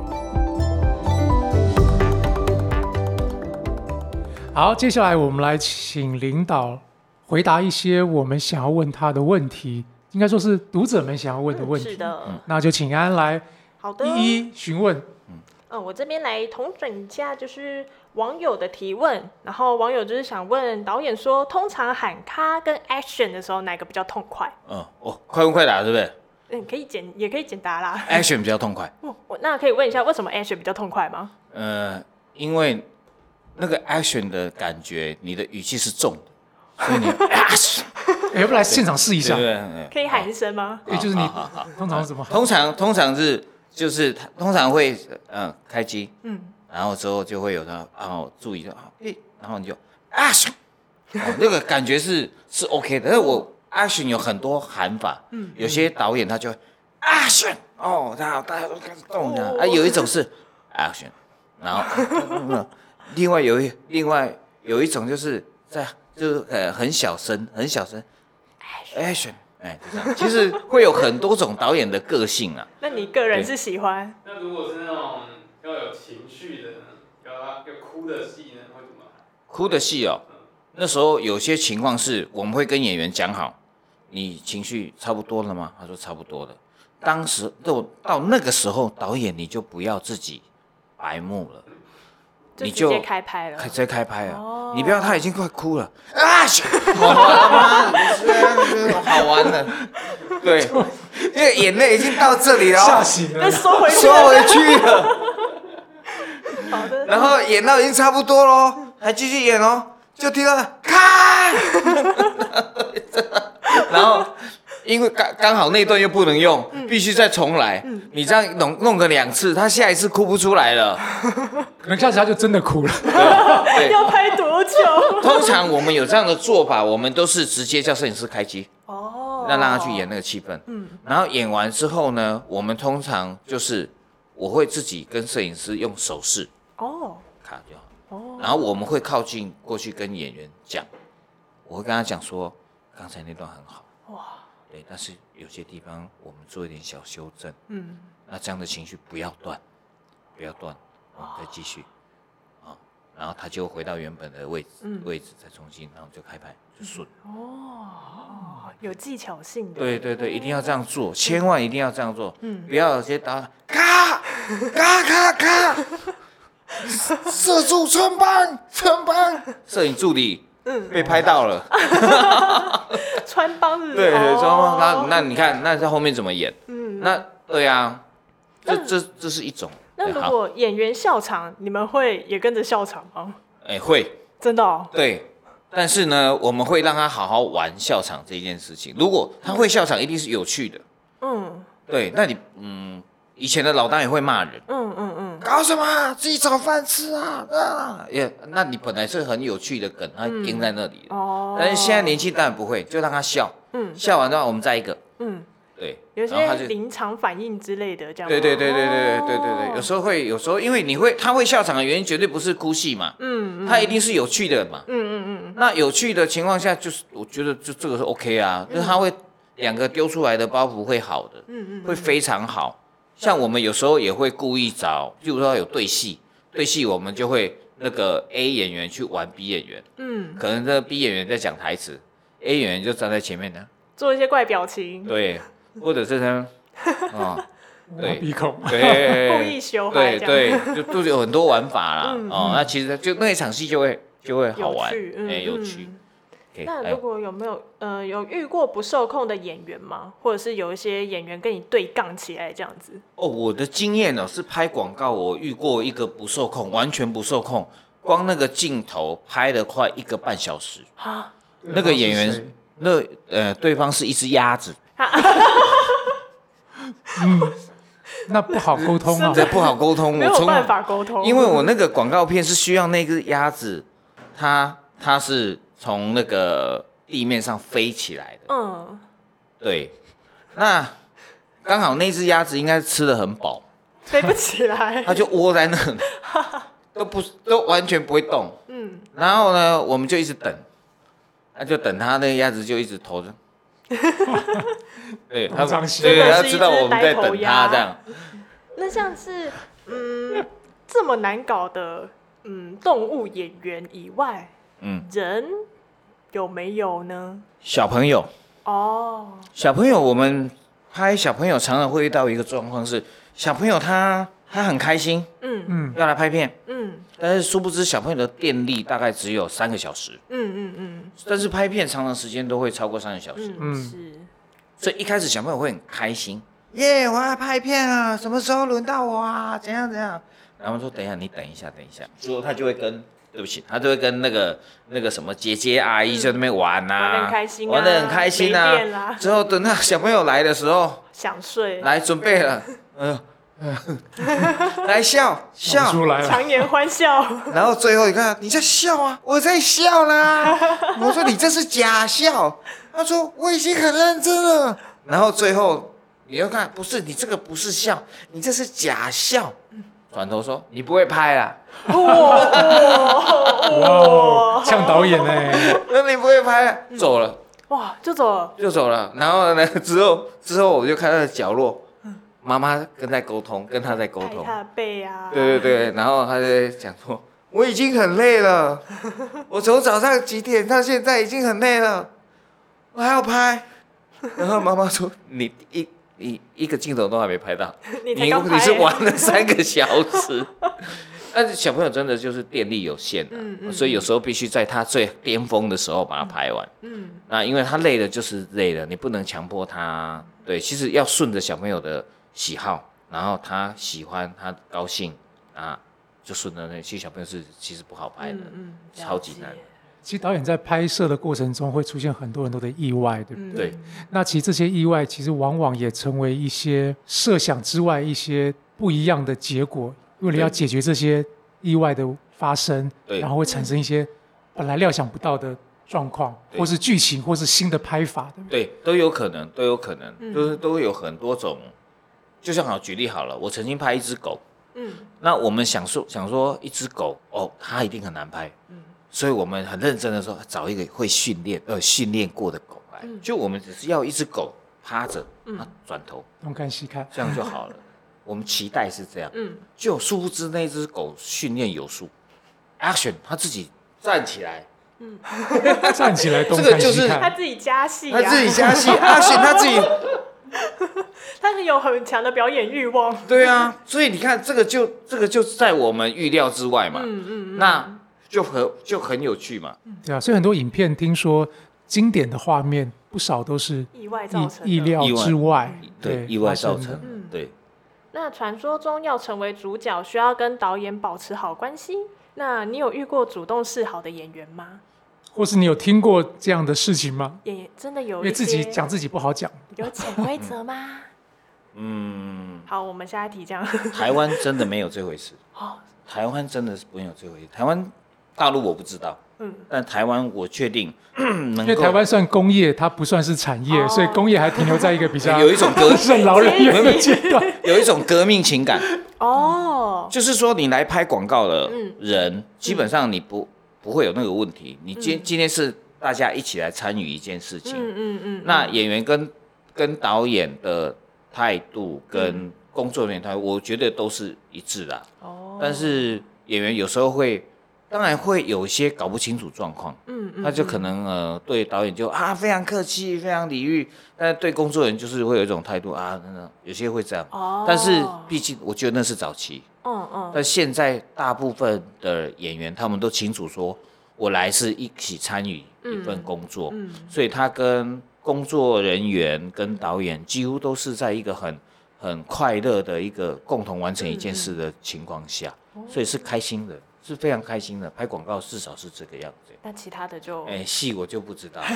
S1: 好，接下来我们来请领导回答一些我们想要问他的问题，应该说是读者们想要问的问题。嗯、是的，那就请安来
S2: 好的
S1: 一一询问。
S2: 嗯，我这边来统整一下，就是网友的提问。然后网友就是想问导演说，通常喊咔跟 action 的时候，哪个比较痛快？
S3: 嗯，哦，快问快答，对不对？
S2: 嗯，可以简也可以简答啦。
S3: action 比较痛快。
S2: 哦，那可以问一下，为什么 action 比较痛快吗？
S3: 呃，因为那个 action 的感觉，你的语气是重的，所以你 action。
S1: 要不来现场试一下？
S3: 对对对，
S2: 可以喊一声吗？
S1: 哎，就是你通常怎么？
S3: 通常通常是就是通常会嗯、呃、开机，嗯，然后之后就会有他，然后注意到，哎，然后你就 action，、哦、那个感觉是是 OK 的。但是我 action 有很多喊法，嗯，有些导演他就会 action， 哦，大家大家都开始动这样，啊，有一种是 action， 然后、嗯、另外有一另外有一种就是在就是呃很小声很小声 action。哎，就这样。其实会有很多种导演的个性啊。
S2: 那你个人是喜欢？
S4: 那如果是那种要有情绪的呢，要要哭的戏呢，会怎么？
S3: 哭的戏哦，那时候有些情况是我们会跟演员讲好，你情绪差不多了吗？他说差不多了。当时到到那个时候，导演你就不要自己白目了。
S2: 你就直接开拍了，
S3: 直接开拍了。哦、你不要，他已经快哭了啊！好玩吗？好玩了，对，因为眼泪已经到这里了，
S1: 吓醒了，
S2: 收回去，
S3: 收回去了。
S2: 好的。
S3: 然后演到已经差不多咯，还继续演哦，就听到咔，然后。因为刚刚好那段又不能用，嗯、必须再重来。嗯、你这样弄弄个两次，他下一次哭不出来了，
S1: 可能下次他就真的哭了。
S3: 对对
S2: 要拍多久？
S3: 通常我们有这样的做法，我们都是直接叫摄影师开机，哦，那让他去演那个气氛。嗯，然后演完之后呢，我们通常就是我会自己跟摄影师用手势，哦，卡就好。哦，然后我们会靠近过去跟演员讲，我会跟他讲说，刚才那段很好。哇。 对，但是有些地方我们做一点小修正，
S2: 嗯，
S3: 那这样的情绪不要断，不要断，啊，再继续，啊，然后他就回到原本的位置，
S2: 嗯
S3: 位置再重新，然后就开拍就顺。
S2: 哦，有技巧性的。
S3: 对对对，一定要这样做，千万一定要这样做，
S2: 嗯
S3: 不要有些打咔咔咔咔，射住村帮村帮，摄影助理
S2: 嗯，
S3: 被拍到了，
S2: 穿帮是
S3: 对，
S2: 哦
S3: 穿帮，那那你看那在后面怎么演？
S2: 嗯，
S3: 那对啊，这
S2: 那
S3: 这这是一种。
S2: 那如
S3: 对好
S2: 果演员笑场，你们会也跟着笑场吗？
S3: 哎会
S2: 真的哦，
S3: 对，但是呢，我们会让他好好玩笑场这件事情。如果他会笑场，一定是有趣的。
S2: 嗯
S3: 对，那你嗯，以前的老大也会骂人。
S2: 嗯嗯嗯，
S3: 搞什么？自己找饭吃啊！啊，也，那你本来是很有趣的梗，他盯在那里。
S2: 哦，
S3: 但是现在年轻当然不会，就让他笑，
S2: 嗯
S3: 笑完之后我们再一个，
S2: 嗯，
S3: 对，
S2: 有
S3: 然后他就，
S2: 些临场反应之类的，这样吗。
S3: 对对对对对对对对
S2: 哦
S3: 对，有时候会，有时候因为你会，他会笑场的原因绝对不是哭戏嘛，
S2: 嗯嗯
S3: 他一定是有趣的嘛。
S2: 嗯嗯嗯
S3: 那有趣的情况下，就是我觉得就这个是 OK 啊，就是他会两个丢出来的包袱会好的，
S2: 嗯嗯，
S3: 会非常好。像我们有时候也会故意找，譬如说有对戏，对戏我们就会那个 A 演员去玩 B 演员，
S2: 嗯，
S3: 可能这个 B 演员在讲台词 ，A 演员就站在前面呢，
S2: 做一些怪表情，
S3: 对，或者是他，哦，
S1: 挖
S3: 对
S1: 鼻孔，
S3: 对，
S2: 故意修嗨
S3: 对
S2: 这样，
S3: 对，就都有很多玩法啦，
S2: 嗯
S3: 哦，那其实就那一场戏就会就会好玩，
S2: 有趣，嗯
S3: 哎，有趣。
S2: 嗯
S3: OK，
S2: 那
S3: 来
S2: 如果有没有呃有遇过不受控的演员吗？或者是有一些演员跟你对杠起来这样子？
S3: 哦，我的经验呢、是拍广告，我遇过一个不受控，完全不受控，光那个镜头拍了快一个半小时。
S2: 啊，
S3: 那个演员
S1: 对方是谁，
S3: 那呃，对方是一只鸭子，
S1: 那不好沟通啊。
S3: 这不好沟通。
S2: 没
S3: 我从
S2: 有办法沟通，
S3: 因为我那个广告片是需要那只鸭子，它它是从那个地面上飞起来的。
S2: 嗯，
S3: 对，那刚好那只鸭子应该是吃的很饱，
S2: 飞不起来，
S3: 它就窝在那里，都不都完全不会动。
S2: 嗯，
S3: 然后呢，我们就一直等，那就等它那个鸭子就一直投着。对，它
S1: 东张西
S3: 对，
S2: 望
S3: 它知道我们在等它这样。
S2: 那像是嗯这么难搞的嗯动物演员以外，
S3: 嗯，
S2: 人有没有呢？
S3: 小朋友，
S2: 哦，
S3: 小朋友，我们拍小朋友常常会遇到一个状况是，小朋友他他很开心
S2: 嗯
S1: 嗯，
S3: 要来拍片，
S2: 嗯
S3: 但是殊不知小朋友的电力大概只有三个小时，
S2: 嗯嗯嗯
S3: 但是拍片常常时间都会超过三个小时，
S2: 嗯，
S1: 嗯
S2: 是，
S3: 所以一开始小朋友会很开心，耶，我要拍片了，什么时候轮到我啊？怎样怎样？然后说等一下，你等一下，等一下，之后他就会跟。对不起，他就会跟那个那个什么姐姐阿姨在那边玩呐、
S2: 玩得很开心啊
S3: 玩得很开心啊
S2: 没电啦
S3: 之后等到小朋友来的时候，
S2: 想睡，
S3: 来准备了，嗯、来笑
S1: 想
S3: 笑，
S1: 出来了。
S2: 强颜欢笑，
S3: 然后最后你看你在笑啊，我在笑啦。我说你这是假笑，他说我已经很认真了。然后最后你又看，不是你这个不是笑，你这是假笑。转头说你不会拍啦，
S2: 哇哇
S1: 哇哦，呛导演呢？
S3: 那你不会拍啦，走了
S2: 哇，就走了，
S3: 就走了。然后呢之后之后我就看到角落，妈妈跟在沟通，跟他在沟通。
S2: 拍他的背啊，
S3: 对对对，然后他就讲说，我已经很累了，我从早上几点到现在已经很累了，我还要拍。然后妈妈说，你一你一个镜头都还没拍到，
S2: 你才
S3: 你
S2: 刚拍
S3: 你是玩了三个小时。但是小朋友真的就是电力有限的、
S2: 嗯嗯
S3: 所以有时候必须在他最巅峰的时候把它拍完。
S2: 嗯
S3: 那因为他累了就是累了，你不能强迫他。对，其实要顺着小朋友的喜好，然后他喜欢，他高兴啊，就顺着那。其实小朋友是其实不好拍的，
S2: 嗯嗯，
S3: 超级难
S2: 了解。
S1: 其实导演在拍摄的过程中会出现很多很多的意外，对不对？
S3: 对
S1: 那其实这些意外其实往往也成为一些设想之外一些不一样的结果，为了要解决这些意外的发生，
S3: 对
S1: 然后会产生一些本来料想不到的状况，
S3: 对
S1: 或是剧情，或是新的拍法，对不对？
S3: 对，都有可能，都有可能，
S2: 嗯
S3: 就是都会有很多种。就像好举例好了，我曾经拍一只狗，
S2: 嗯
S3: 那我们想说想说一只狗哦，它一定很难拍，
S2: 嗯
S3: 所以我们很认真的说找一个会训练呃训练过的狗来，
S2: 嗯
S3: 就我们只是要一只狗趴着，他转头
S1: 东看西看，
S3: 这样就好了。我们期待是这样，
S2: 嗯，
S3: 就殊不知那只狗训练有素 ，action， 它自己站起来，
S1: 站起来东
S3: 这个就是
S1: 看西看，
S2: 他自己加戏、啊，
S3: 它自己加戏，action， 它自己，
S2: 他很有很强的表演欲望。
S3: 对啊，所以你看这个就这个就在我们预料之外嘛，
S2: 嗯嗯嗯，
S3: 那就很就很有趣嘛，
S1: 对啊，所以很多影片听说经典的画面不少都是
S2: 意外造成的
S1: 意意料之外，
S3: 对，意外造
S1: 发生的
S3: 成，
S2: 嗯
S3: 对。
S2: 那传说中要成为主角，需要跟导演保持好关系。那你有遇过主动示好的演员吗？
S1: 或是你有听过这样的事情吗？
S2: 演员真的有一些
S1: 因为自己讲自己不好讲，
S2: 有潜规则吗？
S3: 嗯，
S2: 好，我们下一题这样。
S3: 台湾真的没有这回事。
S2: 哦，
S3: 台湾真的是没有这回事。台湾大陆我不知道，
S2: 嗯，
S3: 但台湾我确定能够。
S1: 因为台湾算工业，它不算是产业，
S2: 哦
S1: 所以工业还停留在一个比较
S3: 有一种革
S1: 任劳任怨的阶段。
S3: 有一种革命情感，
S2: 哦，
S3: 就是说你来拍广告的
S2: 嗯
S3: 人，基本上你不不会有那个问题。你今今天是大家一起来参与一件事情，
S2: 嗯嗯嗯，
S3: 那演员跟跟导演的态度跟工作人员态度，我觉得都是一致的。
S2: 哦，
S3: 但是演员有时候会，当然会有一些搞不清楚状况，
S2: 嗯嗯，
S3: 他就可能呃对导演就啊非常客气，非常礼遇，但是对工作人员就是会有一种态度啊，那有些会这样。
S2: 哦，
S3: 但是毕竟我觉得那是早期，
S2: 嗯嗯，
S3: 但现在大部分的演员他们都清楚说，我来是一起参与一份工作，
S2: 嗯
S3: 所以他跟工作人员跟导演几乎都是在一个很很快乐的一个共同完成一件事的情况下，所以是开心的，是非常开心的。拍广告至少是这个样子。
S2: 但其他的就，
S3: 哎，戏我就不知道。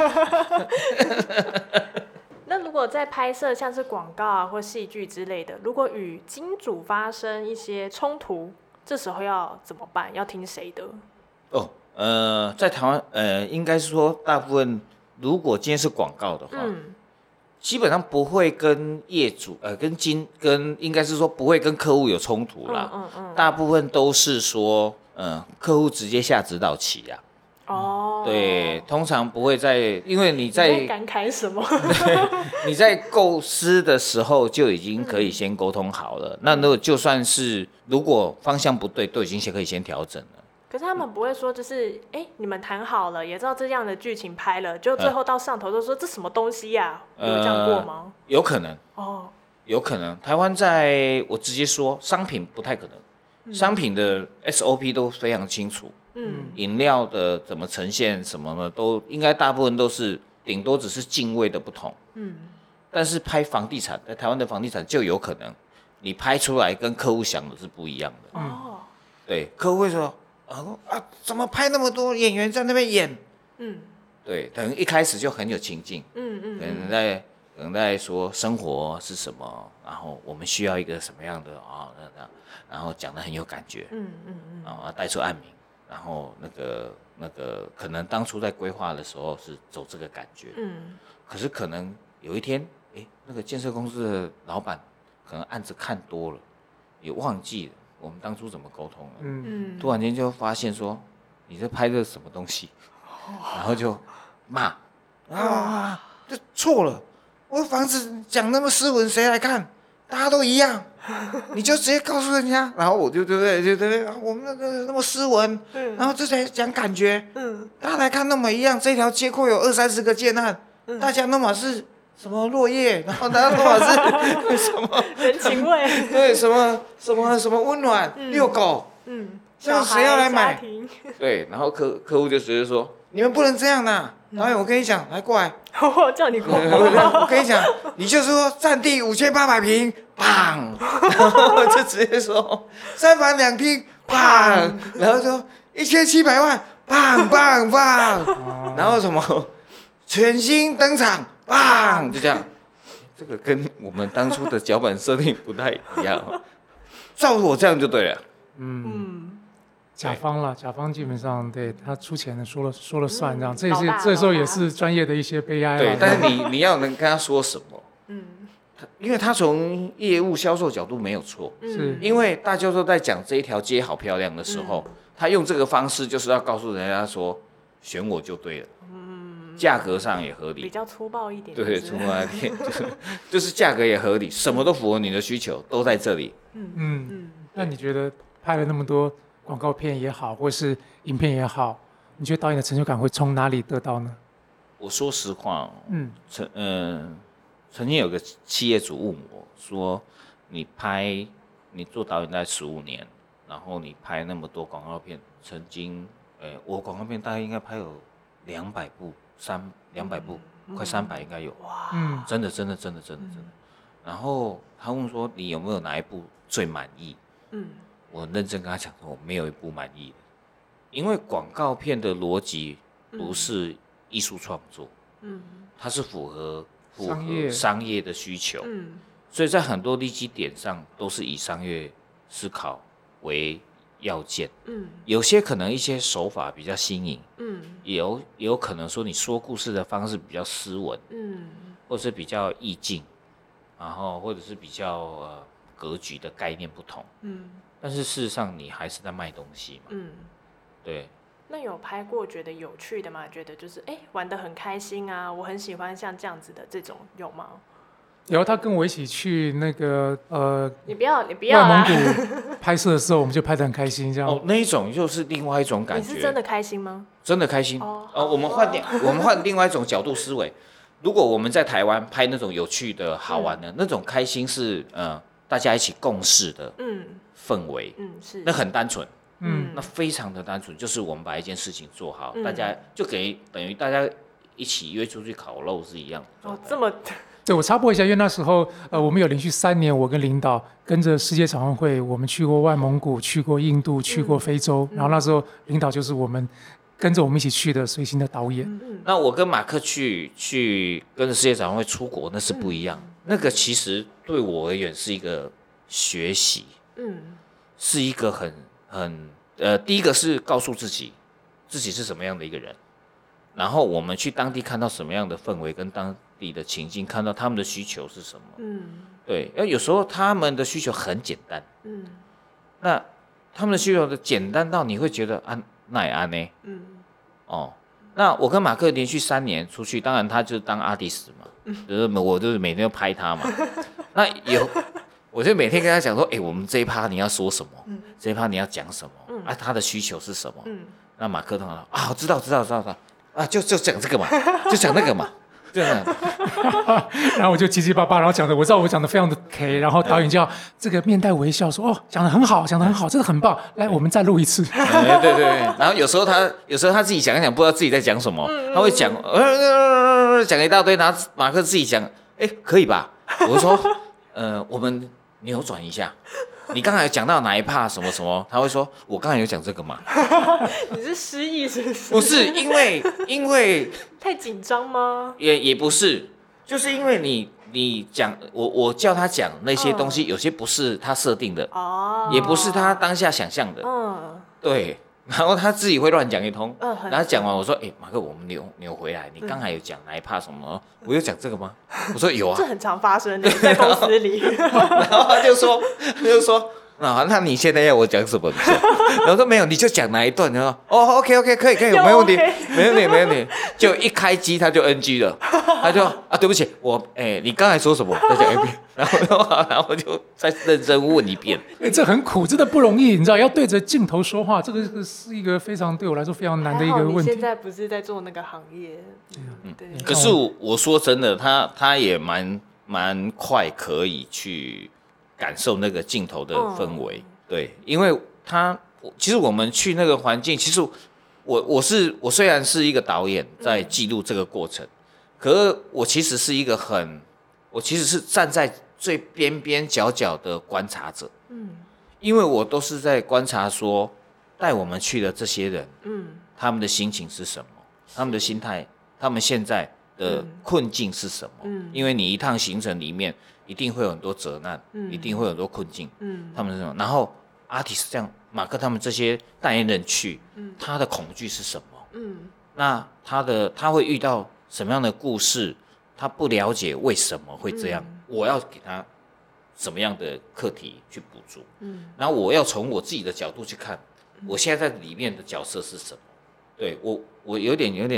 S2: 那如果在拍摄像是广告啊或戏剧之类的，如果与金主发生一些冲突，这时候要怎么办？要听谁的？
S3: 哦，呃，在台湾，呃，应该是说大部分，如果今天是广告的话，
S2: 嗯
S3: 基本上不会跟业主，呃，跟金跟应该是说不会跟客户有冲突啦。
S2: 嗯嗯
S3: 大部分都是说，嗯、客户直接下指导棋啊。
S2: 哦，
S3: 对，通常不会在，因为你
S2: 你
S3: 在
S2: 感慨什么？
S3: 你在构思的时候就已经可以先沟通好了。那如果就算是如果方向不对，都已经先可以先调整了。
S2: 可是他们不会说，就是哎、欸，你们谈好了，也知道这样的剧情拍了，就最后到上头就说、呃、这什么东西呀、啊？有这样过吗？
S3: 有可能，
S2: 哦，
S3: 有可能。台湾在我直接说，商品不太可能，嗯、商品的 S O P 都非常清楚。嗯，饮料的怎么呈现什么的，都应该大部分都是顶多只是敬畏的不同。嗯，但是拍房地产，在台湾的房地产就有可能，你拍出来跟客户想的是不一样的。
S2: 哦，
S3: 对，客户会说。啊啊！怎么拍那么多演员在那边演？嗯，对，可能一开始就很有情境，嗯嗯，可能在可能在说生活是什么，然后我们需要一个什么样的啊，那、哦、那，然后讲得很有感觉，嗯嗯嗯，然后带出暗名，然后那个那个可能当初在规划的时候是走这个感觉，嗯，可是可能有一天，哎，那个建设公司的老板可能案子看多了，也忘记了。我们当初怎么沟通的？嗯，突然间就发现说，你这拍的什么东西，然后就骂啊，这错了！我房子讲那么斯文，谁来看？大家都一样，你就直接告诉人家。然后我就对不对？对对对，我们那个那么斯文，嗯，然后这才讲感觉，嗯，大家来看那么一样，这条街廓有二三十个建案，嗯、大家那么是。什么落叶，然后大家都是什么
S2: 人情味，
S3: 对，什么什么什么温暖，嗯、遛狗，嗯，这样谁要来买？对，然后客客户就直接说，你们不能这样呐！导演，我跟你讲，来过来，
S2: 我叫你过来，
S3: 我跟你讲，你就说占地五千八百平，砰，然后就直接说三房两厅，砰，然后说一千七百万，砰砰砰，然后什么全新登场。棒，就这样，这个跟我们当初的脚本设定不太一样，照我这样就对了。嗯，
S1: 甲方啦，甲方基本上对他出钱的说了说了算，这样，这也是这时候也是专业的一些悲哀。
S3: 对，但是你你要能跟他说什么？嗯，因为他从业务销售角度没有错，
S1: 是
S3: 因为大教授在讲这一条街好漂亮的时候，他用这个方式就是要告诉人家说，选我就对了。 价格上也合理，
S2: 比较粗暴一点，
S3: 对，粗暴一点，就是就是价格也合理，什么都符合你的需求，都在这里。
S1: 嗯嗯，那你觉得拍了那么多广告片也好，或是影片也好，你觉得导演的成就感会从哪里得到呢？
S3: 我说实话，
S1: 嗯，
S3: 曾呃曾经有个企业主问我说，你拍你做导演大概十五年，然后你拍那么多广告片，曾经，呃，我广告片大概应该拍有两百部，三两百部，嗯、快三百应该有。哇，嗯，真的真的真的真的真的。嗯、然后他问说，你有没有哪一部最满意？嗯，我认真跟他讲说，我没有一部满意的，因为广告片的逻辑不是艺术创作，嗯，它是符合符合商业的需求，嗯，所以在很多利基点上都是以商业思考为要件，嗯，有些可能一些手法比较新颖，嗯，也有也有可能说你说故事的方式比较斯文，嗯，或者是比较意境，然后或者是比较呃格局的概念不同，嗯，但是事实上你还是在卖东西嘛，嗯，对。
S2: 那有拍过觉得有趣的吗？觉得就是哎、欸、玩得很开心啊，我很喜欢像这样子的这种有吗？
S1: 有，他跟我一起去那个呃，
S2: 你不要你不要啊！
S1: 外蒙古拍摄的时候，我们就拍得很开心，这样。
S3: 哦，那一种又是另外一种感觉。
S2: 你是真的开心吗？
S3: 真的开心。哦，呃、我们换另我们换另外一种角度思维。如果我们在台湾拍那种有趣的好玩的、嗯、那种开心是呃大家一起共事的氛围，嗯，是，那很单纯。嗯，那非常的单纯，就是我们把一件事情做好，嗯、大家就给等于大家一起约出去烤肉是一样的。
S2: 哦，这么，
S1: 对，我插播一下，因为那时候呃，我们有连续三年，我跟领导跟着世界展望会，我们去过外蒙古，去过印度，去过非洲，嗯、然后那时候领导就是我们跟着我们一起去的随行的导演。
S3: 嗯、那我跟马克去去跟着世界展望会出国，那是不一样。嗯、那个其实对我而言是一个学习，嗯，是一个很。很呃，第一个是告诉自己自己是什么样的一个人，然后我们去当地看到什么样的氛围跟当地的情境，看到他们的需求是什么。嗯，对，因为有时候他们的需求很简单，嗯，那他们的需求的简单到你会觉得啊，那也安呢，嗯，哦，那我跟马克连续三年出去，当然他就是当 artist 嘛，嗯、就是我就是每天都拍他嘛，那有。我就每天跟他讲说，哎、欸，我们这一趴你要说什么？嗯、这一趴你要讲什么？嗯、啊，他的需求是什么？嗯、那马克通常啊，知道知道知道知道，啊，就就讲这个嘛，就讲那个嘛，对啊。
S1: 然后我就结结巴巴，然后讲的，我知道我讲的非常的 K， 然后导演就要这个面带微笑说，哦，讲的很好，讲的很好，真的很棒，来，我们再录一次。
S3: 对对对，然后有时候他有时候他自己讲一讲，不知道自己在讲什么，他会讲呃讲一大堆，然后马克自己讲，哎、欸，可以吧？我说，呃，我们。扭转一下，你刚才讲到哪一 part 什么什么，他会说：“我刚才有讲这个吗？”
S2: 你是失忆是不是？
S3: 不是，因为因为
S2: 太紧张吗？
S3: 也也不是，就是因为你你讲我我叫他讲那些东西，哦、有些不是他设定的，哦，也不是他当下想象的，嗯，对。然后他自己会乱讲一通，嗯、然后讲完我说：“哎、欸，马克，我们扭扭回来，你刚才有讲哪一 part 什么？我有讲这个吗？”我说：“有啊。”
S2: 这很常发生的，在公司里。
S3: 然后他就说：“他就说，啊，那你现在要我讲什么？”然后说：“没有，你就讲哪一段。”然后说：“哦 ，OK OK， 可以可以，没问题，没问题没问题。”就一开机他就 N G 了，他就啊，对不起，我哎、欸，你刚才说什么？再讲一遍。然后，然后就再认真问一遍。
S1: 哎、欸，这很苦，真的不容易，你知道，要对着镜头说话，这个是一个非常对我来说非常难的一个问题。
S2: 你现在不是在做那个行业，
S3: 嗯，对。可是我说真的，他他也蛮蛮快可以去感受那个镜头的氛围，嗯、对，因为他其实我们去那个环境，其实我我是我虽然是一个导演在记录这个过程，嗯、可是我其实是一个很，我其实是站在最边边角角的观察者，嗯，因为我都是在观察说带我们去的这些人，嗯，他们的心情是什么，他们的心态，他们现在的困境是什么？嗯，因为你一趟行程里面一定会有很多责难，嗯，一定会有很多困境，嗯，他们是什么？然后 artist 这样，马克他们这些代言人去，嗯，他的恐惧是什么？嗯，那他的他会遇到什么样的故事？他不了解为什么会这样，嗯、我要给他什么样的课题去补足，嗯，然后我要从我自己的角度去看，嗯、我现在在里面的角色是什么？对我，我有点有点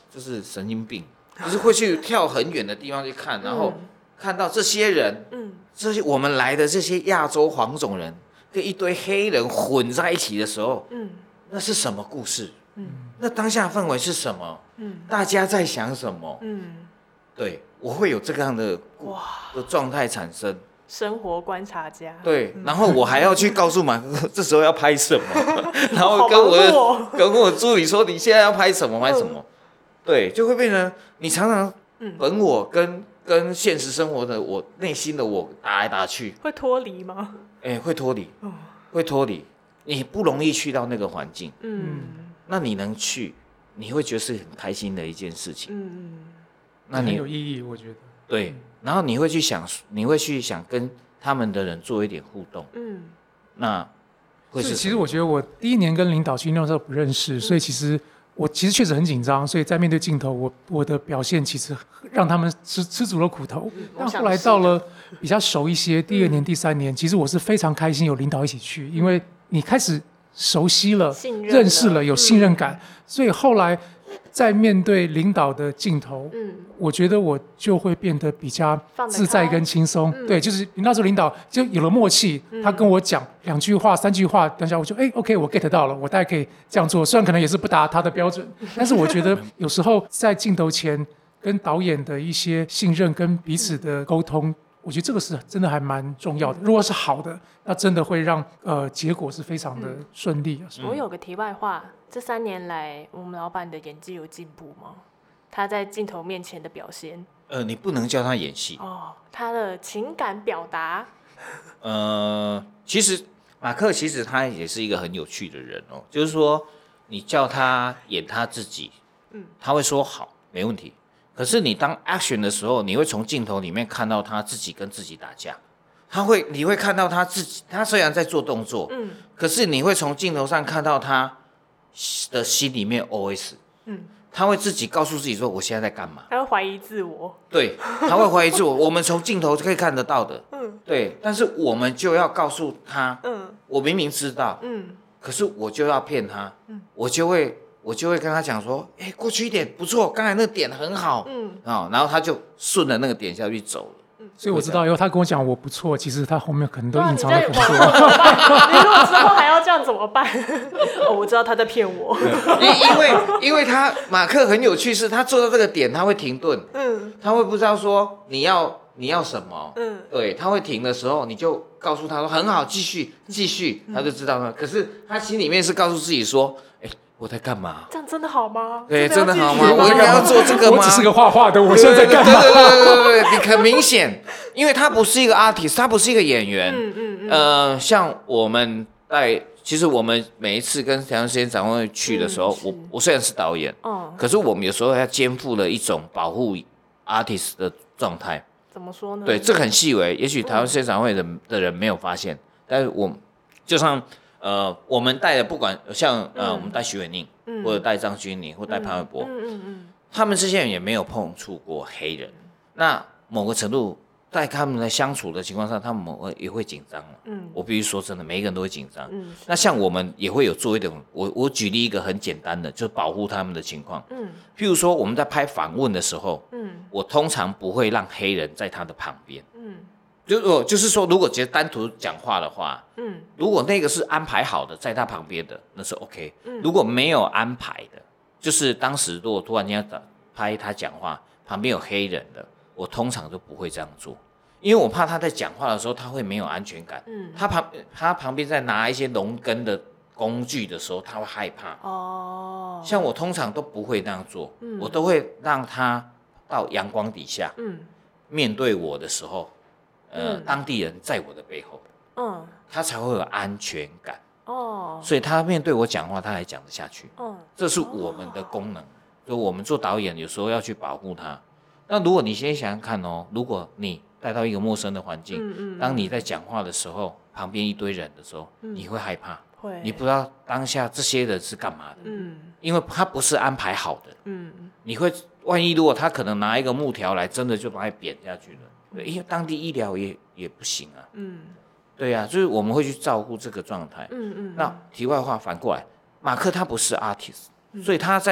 S3: 就是神经病，就是会去跳很远的地方去看，然后看到这些人，嗯，这些我们来的这些亚洲黄种人跟一堆黑人混在一起的时候，嗯，那是什么故事？嗯，那当下氛围是什么？嗯，大家在想什么？嗯，对，我会有这样的哇的状态产生。
S2: 生活观察家。
S3: 对，然后我还要去告诉马哥这时候要拍什么，然后跟我的、哦、跟我助理说你现在要拍什么拍什么，嗯、对，就会变成你常常本我跟、嗯、跟现实生活的我内心的我打来打去，
S2: 会脱离吗？
S3: 哎、欸，会脱离，嗯、会脱离，你不容易去到那个环境，嗯，那你能去，你会觉得是很开心的一件事情，嗯嗯，
S1: 那你很有意义，我觉得，
S3: 对。然后你会去想，你会去想跟他们的人做一点互动，嗯，那会是。
S1: 其实我觉得我第一年跟领导去那时候不认识，嗯、所以其实我其实确实很紧张，所以在面对镜头，我我的表现其实让他们吃吃足了苦头。嗯、但后来到了比较熟一些，第二年、第三年，其实我是非常开心有领导一起去，因为你开始熟悉了、认识了，有信任感，嗯、所以后来。在面对领导的镜头，嗯，我觉得我就会变得比较自在跟轻松。嗯、对，就是那时候领导就有了默契，嗯、他跟我讲两句话、三句话，等下我就哎 ，OK， 我 get 到了，我大概可以这样做。虽然可能也是不达他的标准，但是我觉得有时候在镜头前跟导演的一些信任跟彼此的沟通，我觉得这个是真的还蛮重要的。如果是好的，那真的会让呃结果是非常的顺利。
S2: 嗯、我有个题外话。这三年来，我们老板的演技有进步吗？他在镜头面前的表现？
S3: 呃，你不能叫他演戏
S2: 哦，他的情感表达。
S3: 呃，其实马克其实他也是一个很有趣的人哦，就是说你叫他演他自己，嗯，他会说好，没问题。可是你当 action 的时候，你会从镜头里面看到他自己跟自己打架，他会，你会看到他自己，他虽然在做动作，嗯，可是你会从镜头上看到他的心里面 O S， 嗯，他会自己告诉自己说我现在在干嘛，
S2: 他会怀疑自我，
S3: 对，他会怀疑自我，我们从镜头可以看得到的，嗯，对，但是我们就要告诉他，嗯，我明明知道，嗯，可是我就要骗他，嗯，我就会我就会跟他讲说，哎、欸，过去一点不错，刚才那个点很好，嗯，啊，然后他就顺着那个点下去走了。
S1: 所以我知道以后他跟我讲我不错，其实他后面可能都隐藏了很多。
S2: 你如果之后还要这样怎么办？哦，我知道他在骗我。
S3: 因因为因为他马克很有趣，是他做到这个点他会停顿，嗯，他会不知道说你要你要什么，嗯，对，他会停的时候，你就告诉他说很好，继续继续，他就知道了。可是他心里面是告诉自己说，哎。我在干嘛？
S2: 这样真的好吗？
S3: 对，真的好吗？我应该要做这个吗？
S1: 我只是个画画的，我现在在干嘛？
S3: 对对对对对，你很明显，因为他不是一个 artist， 他不是一个演员。嗯嗯嗯。呃，像我们在，其实我们每一次跟台湾实验展会去的时候，嗯、我我虽然是导演，哦，可是我们有时候要肩负了一种保护 artist 的状态。
S2: 怎么说呢？
S3: 对，这个很细微，也许台湾实验展会的、嗯、的人没有发现，但是我就像。呃，我们带的不管像呃，嗯、我们带徐伟宁，嗯、或者带张钧甯，或者带潘玮柏，嗯嗯嗯，他们这些人也没有碰触过黑人。那某个程度，在他们的相处的情况下，他们某也会紧张。嗯，我必须说真的，每一个人都会紧张。嗯，那像我们也会有做一点，我我举例一个很简单的，就是保护他们的情况。嗯，譬如说我们在拍访问的时候，嗯，我通常不会让黑人在他的旁边。嗯。就就是说，如果直接单独讲话的话，嗯，如果那个是安排好的，在他旁边的，那是 OK。嗯，如果没有安排的，就是当时如果突然间要拍他讲话，旁边有黑人的，我通常都不会这样做，因为我怕他在讲话的时候他会没有安全感。嗯，他旁他旁边在拿一些农耕的工具的时候，他会害怕。哦，像我通常都不会那样做，嗯，我都会让他到阳光底下，嗯，面对我的时候。呃，嗯、当地人在我的背后，嗯，他才会有安全感，哦，所以他面对我讲话，他还讲得下去，嗯，这是我们的功能，就我们做导演有时候要去保护他。那如果你先想想看哦，如果你带到一个陌生的环境，嗯嗯，当你在讲话的时候，旁边一堆人的时候，嗯、你会害怕，会，你不知道当下这些人是干嘛的，嗯，因为他不是安排好的，嗯，你会万一如果他可能拿一个木条来，真的就把你扁下去了。对，因为当地医疗也也不行啊。嗯，对呀、啊，就是我们会去照顾这个状态。嗯嗯。那题外话反过来，马克他不是 artist，、嗯、所以他在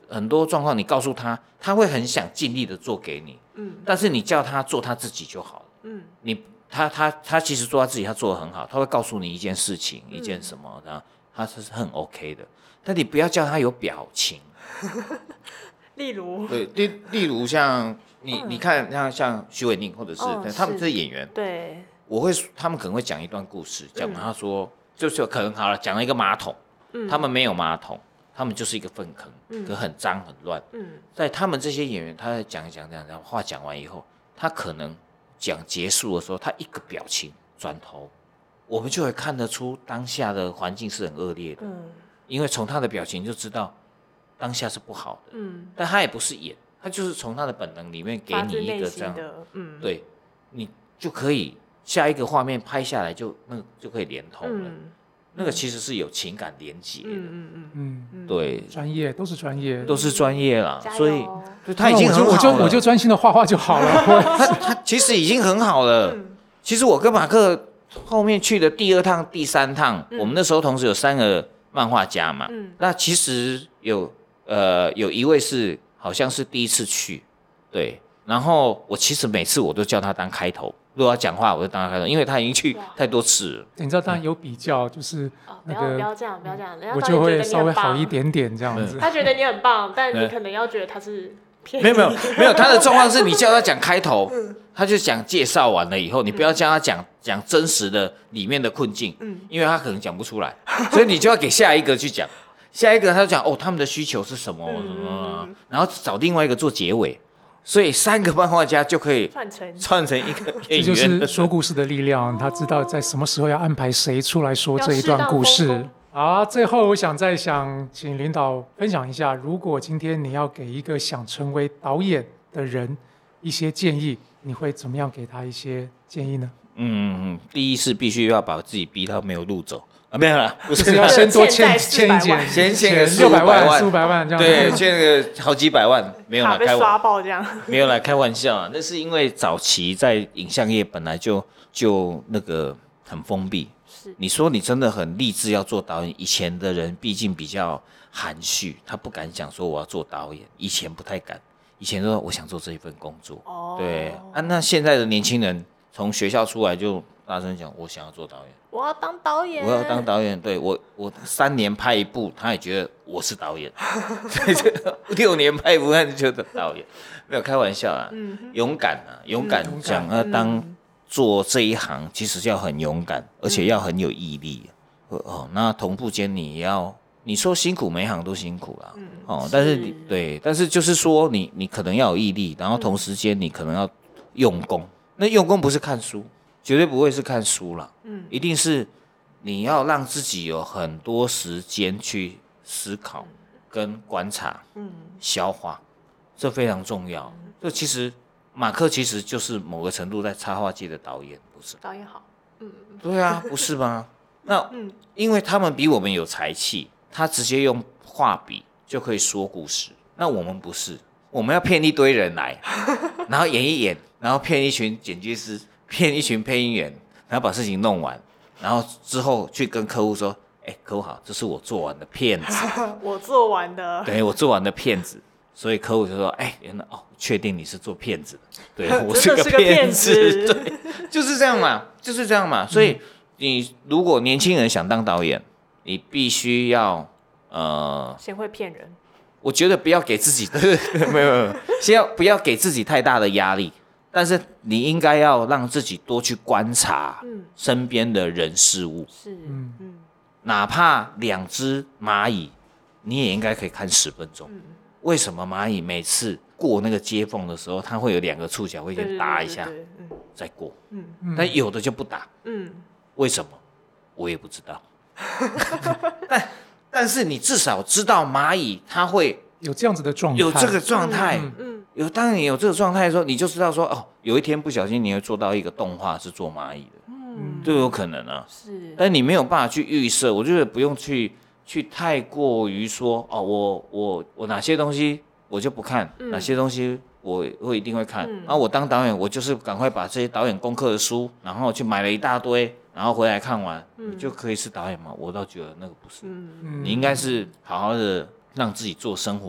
S3: 很多状况，你告诉他，他会很想尽力的做给你，嗯，但是你叫他做他自己就好了，嗯，你他他他其实做他自己，他做得很好，他会告诉你一件事情，嗯、一件什么，然后他是很 OK 的，但你不要叫他有表情，
S2: 例如，
S3: 对，例例如像你、嗯、你看像像徐伟宁或者是、哦、他们这些演员，
S2: 对，
S3: 我会他们可能会讲一段故事，讲他说、嗯、就是可能好了，讲了一个马桶，嗯、他们没有马桶。他们就是一个粪坑，嗯、可很脏很乱。嗯，在他们这些演员，他在讲讲讲讲话讲完以后，他可能讲结束的时候，他一个表情转头，我们就会看得出当下的环境是很恶劣的。嗯，因为从他的表情就知道当下是不好的。嗯，但他也不是演，他就是从他的本能里面给你一个这样，嗯，对，你就可以下一个画面拍下来就那就可以连通了。嗯，那个其实是有情感连结的，嗯嗯嗯，对，
S1: 专业都是专业，
S3: 都是专业啦，所以他已经很好了，
S1: 我就我就专心的画画就好了。
S3: 他他其实已经很好了。嗯、其实我跟马克后面去的第二趟、第三趟，嗯、我们那时候同时有三个漫画家嘛，嗯、那其实有呃有一位是好像是第一次去，对，然后我其实每次我都叫他当开头。如果要讲话，我就当他开头，因为他已经去太多次了。
S1: 你知道，当然有比较，就是那个、
S2: 哦、不要不要这样，不要这样，
S1: 我就会稍微好一点点这样子。
S2: 他觉得你很棒，但你可能要觉得他是偏
S3: 没有没有没有，他的状况是你叫他讲开头，嗯、他就讲介绍完了以后，你不要叫他讲讲真实的里面的困境，嗯、因为他可能讲不出来，所以你就要给下一个去讲，下一个他就讲哦他们的需求是什么什么、嗯，然后找另外一个做结尾。所以三个漫画家就可以串成串成一个演员，
S1: 这就是说故事的力量。他知道在什么时候要安排谁出来说这一段故事。好，最后我想再想请领导分享一下，如果今天你要给一个想成为导演的人一些建议，你会怎么样给他一些建议呢？
S3: 嗯嗯，第一是必须要把自己逼到没有路走。啊，没有啦，
S1: 不是，就是要先多欠欠一点，
S3: 先欠个
S1: 六百万、四五百万这样。
S3: 对，欠个好几百万，没有啦，
S2: 卡被刷爆这样。
S3: 没有啦，开玩笑啊。那是因为早期在影像业本来就就那个很封闭。是。你说你真的很立志要做导演，以前的人毕竟比较含蓄，他不敢讲说我要做导演，以前不太敢，以前说我想做这一份工作。哦。对啊，那现在的年轻人从学校出来就大声讲，我想要做导演。
S2: 我要当导演，
S3: 我要当导演。对我，我三年拍一部，他也觉得我是导演；所以就六年拍一部，他就觉得导演。没有开玩笑啊，嗯、勇敢啊，勇敢讲要当做这一行，其实要很勇敢，而且要很有毅力。嗯、哦，那同步间你要，你说辛苦，每一行都辛苦啦。嗯、哦，但是你对，但是就是说你你可能要有毅力，然后同时间你可能要用功。那用功不是看书。绝对不会是看书啦，嗯，一定是你要让自己有很多时间去思考、跟观察、嗯，消化，这非常重要。这、嗯、其实马克其实就是某个程度在插画界的导演，不是？
S2: 导演好，嗯，
S3: 对啊，不是吗？那、嗯、因为他们比我们有才气，他直接用画笔就可以说故事，那我们不是，我们要骗一堆人来，然后演一演，然后骗一群剪辑师。骗一群配音员，然后把事情弄完，然后之后去跟客户说：“哎、欸，客户好，这是我做完的片子，
S2: 我做完的，
S3: 对我做完的片子。”所以客户就说：“哎、欸，原来哦，确定你是做骗子的，对我是个骗子，对，就是这样嘛，就是这样嘛。所以你如果年轻人想当导演，你必须要呃，
S2: 先会骗人。
S3: 我觉得不要给自己没有没有，先要不要给自己太大的压力。”但是你应该要让自己多去观察身边的人事物，是，嗯嗯，哪怕两只蚂蚁，你也应该可以看十分钟。嗯、为什么蚂蚁每次过那个接缝的时候，它会有两个触角会先打一下，嗯、再过，嗯，但有的就不打，嗯，为什么？我也不知道。但但是你至少知道蚂蚁它会
S1: 有这样子的状态，
S3: 有这个状态，嗯。嗯有，当你有这个状态的时候，你就知道说，哦，有一天不小心你会做到一个动画是做蚂蚁的，嗯，都有可能啊。是，但你没有办法去预设，我觉得不用去去太过于说，哦，我我我哪些东西我就不看，嗯、哪些东西我我一定会看。嗯、然后我当导演，我就是赶快把这些导演功课的书，然后去买了一大堆，然后回来看完，嗯、你就可以是导演吗？我倒觉得那个不是，嗯、你应该是好好的让自己做生活。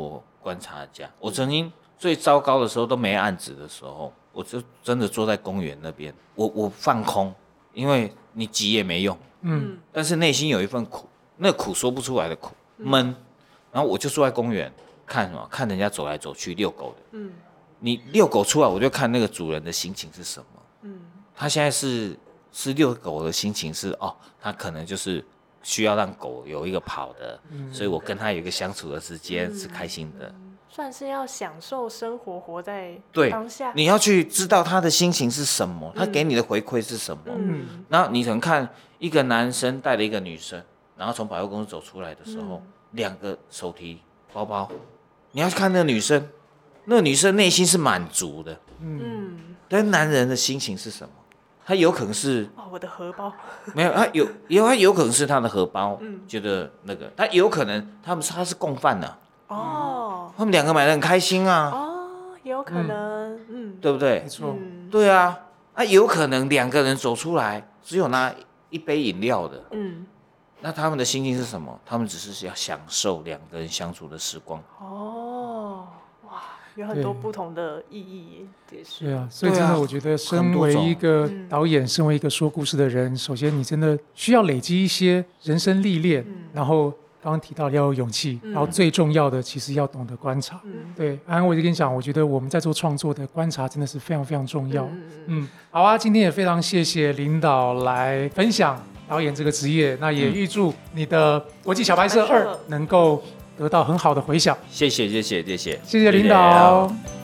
S3: 观察家。我曾经最糟糕的时候都没案子的时候，我就真的坐在公园那边，我我放空，因为你急也没用，
S1: 嗯，
S3: 但是内心有一份苦，那苦说不出来的苦，闷。然后我就坐在公园看什么，看人家走来走去遛狗的。
S2: 嗯，
S3: 你遛狗出来，我就看那个主人的心情是什么。
S2: 嗯，
S3: 他现在是是遛狗的心情是哦，他可能就是需要让狗有一个跑的，
S1: 嗯
S3: 所以我跟他有一个相处的时间、是开心的。
S2: 算是要享受生活，活在
S3: 对
S2: 当下。
S3: 你要去知道他的心情是什么，他给你的回馈是什么。
S2: 嗯，
S3: 然后你可能看一个男生带了一个女生，然后从百货公司走出来的时候，
S2: 嗯
S3: 两个手提包包，你要去看那个女生，那个女生内心是满足的，
S2: 嗯，
S3: 但男人的心情是什么？他有可能是
S2: 哦，我的荷包，
S3: 没有，他有有他有可能是他的荷包，
S2: 嗯
S3: 觉得那个，他有可能他们他是共犯呢、
S2: 哦
S3: 他们两个买的很开心啊，
S2: 哦，有可能，嗯，
S3: 对不对
S1: 没？错，
S2: 嗯
S3: 对啊，啊有可能两个人走出来，只有拿一杯饮料的，
S2: 嗯，
S3: 那他们的心情是什么？他们只是要享受两个人相处的时光。
S2: 哦，哇，有很多不同的意义，也是。
S1: 对啊，所以真的，
S3: 对啊
S1: 我觉得身为一个
S2: 嗯
S1: 导演，身为一个说故事的人，首先你真的需要累积一些人生历练，
S2: 嗯
S1: 然后刚刚提到要有勇气，
S2: 嗯
S1: 然后最重要的其实要懂得观察。
S2: 嗯，
S1: 对，安安，我就跟你讲，我觉得我们在做创作的观察真的是非常非常重要。
S2: 嗯嗯嗯
S1: 嗯，好啊，今天也非常谢谢领导来分享导演这个职业，那也预祝你的《国际小白社二
S2: 小白社》
S1: 能够得到很好的回响。
S3: 谢谢，谢谢，谢谢，
S1: 谢谢领导。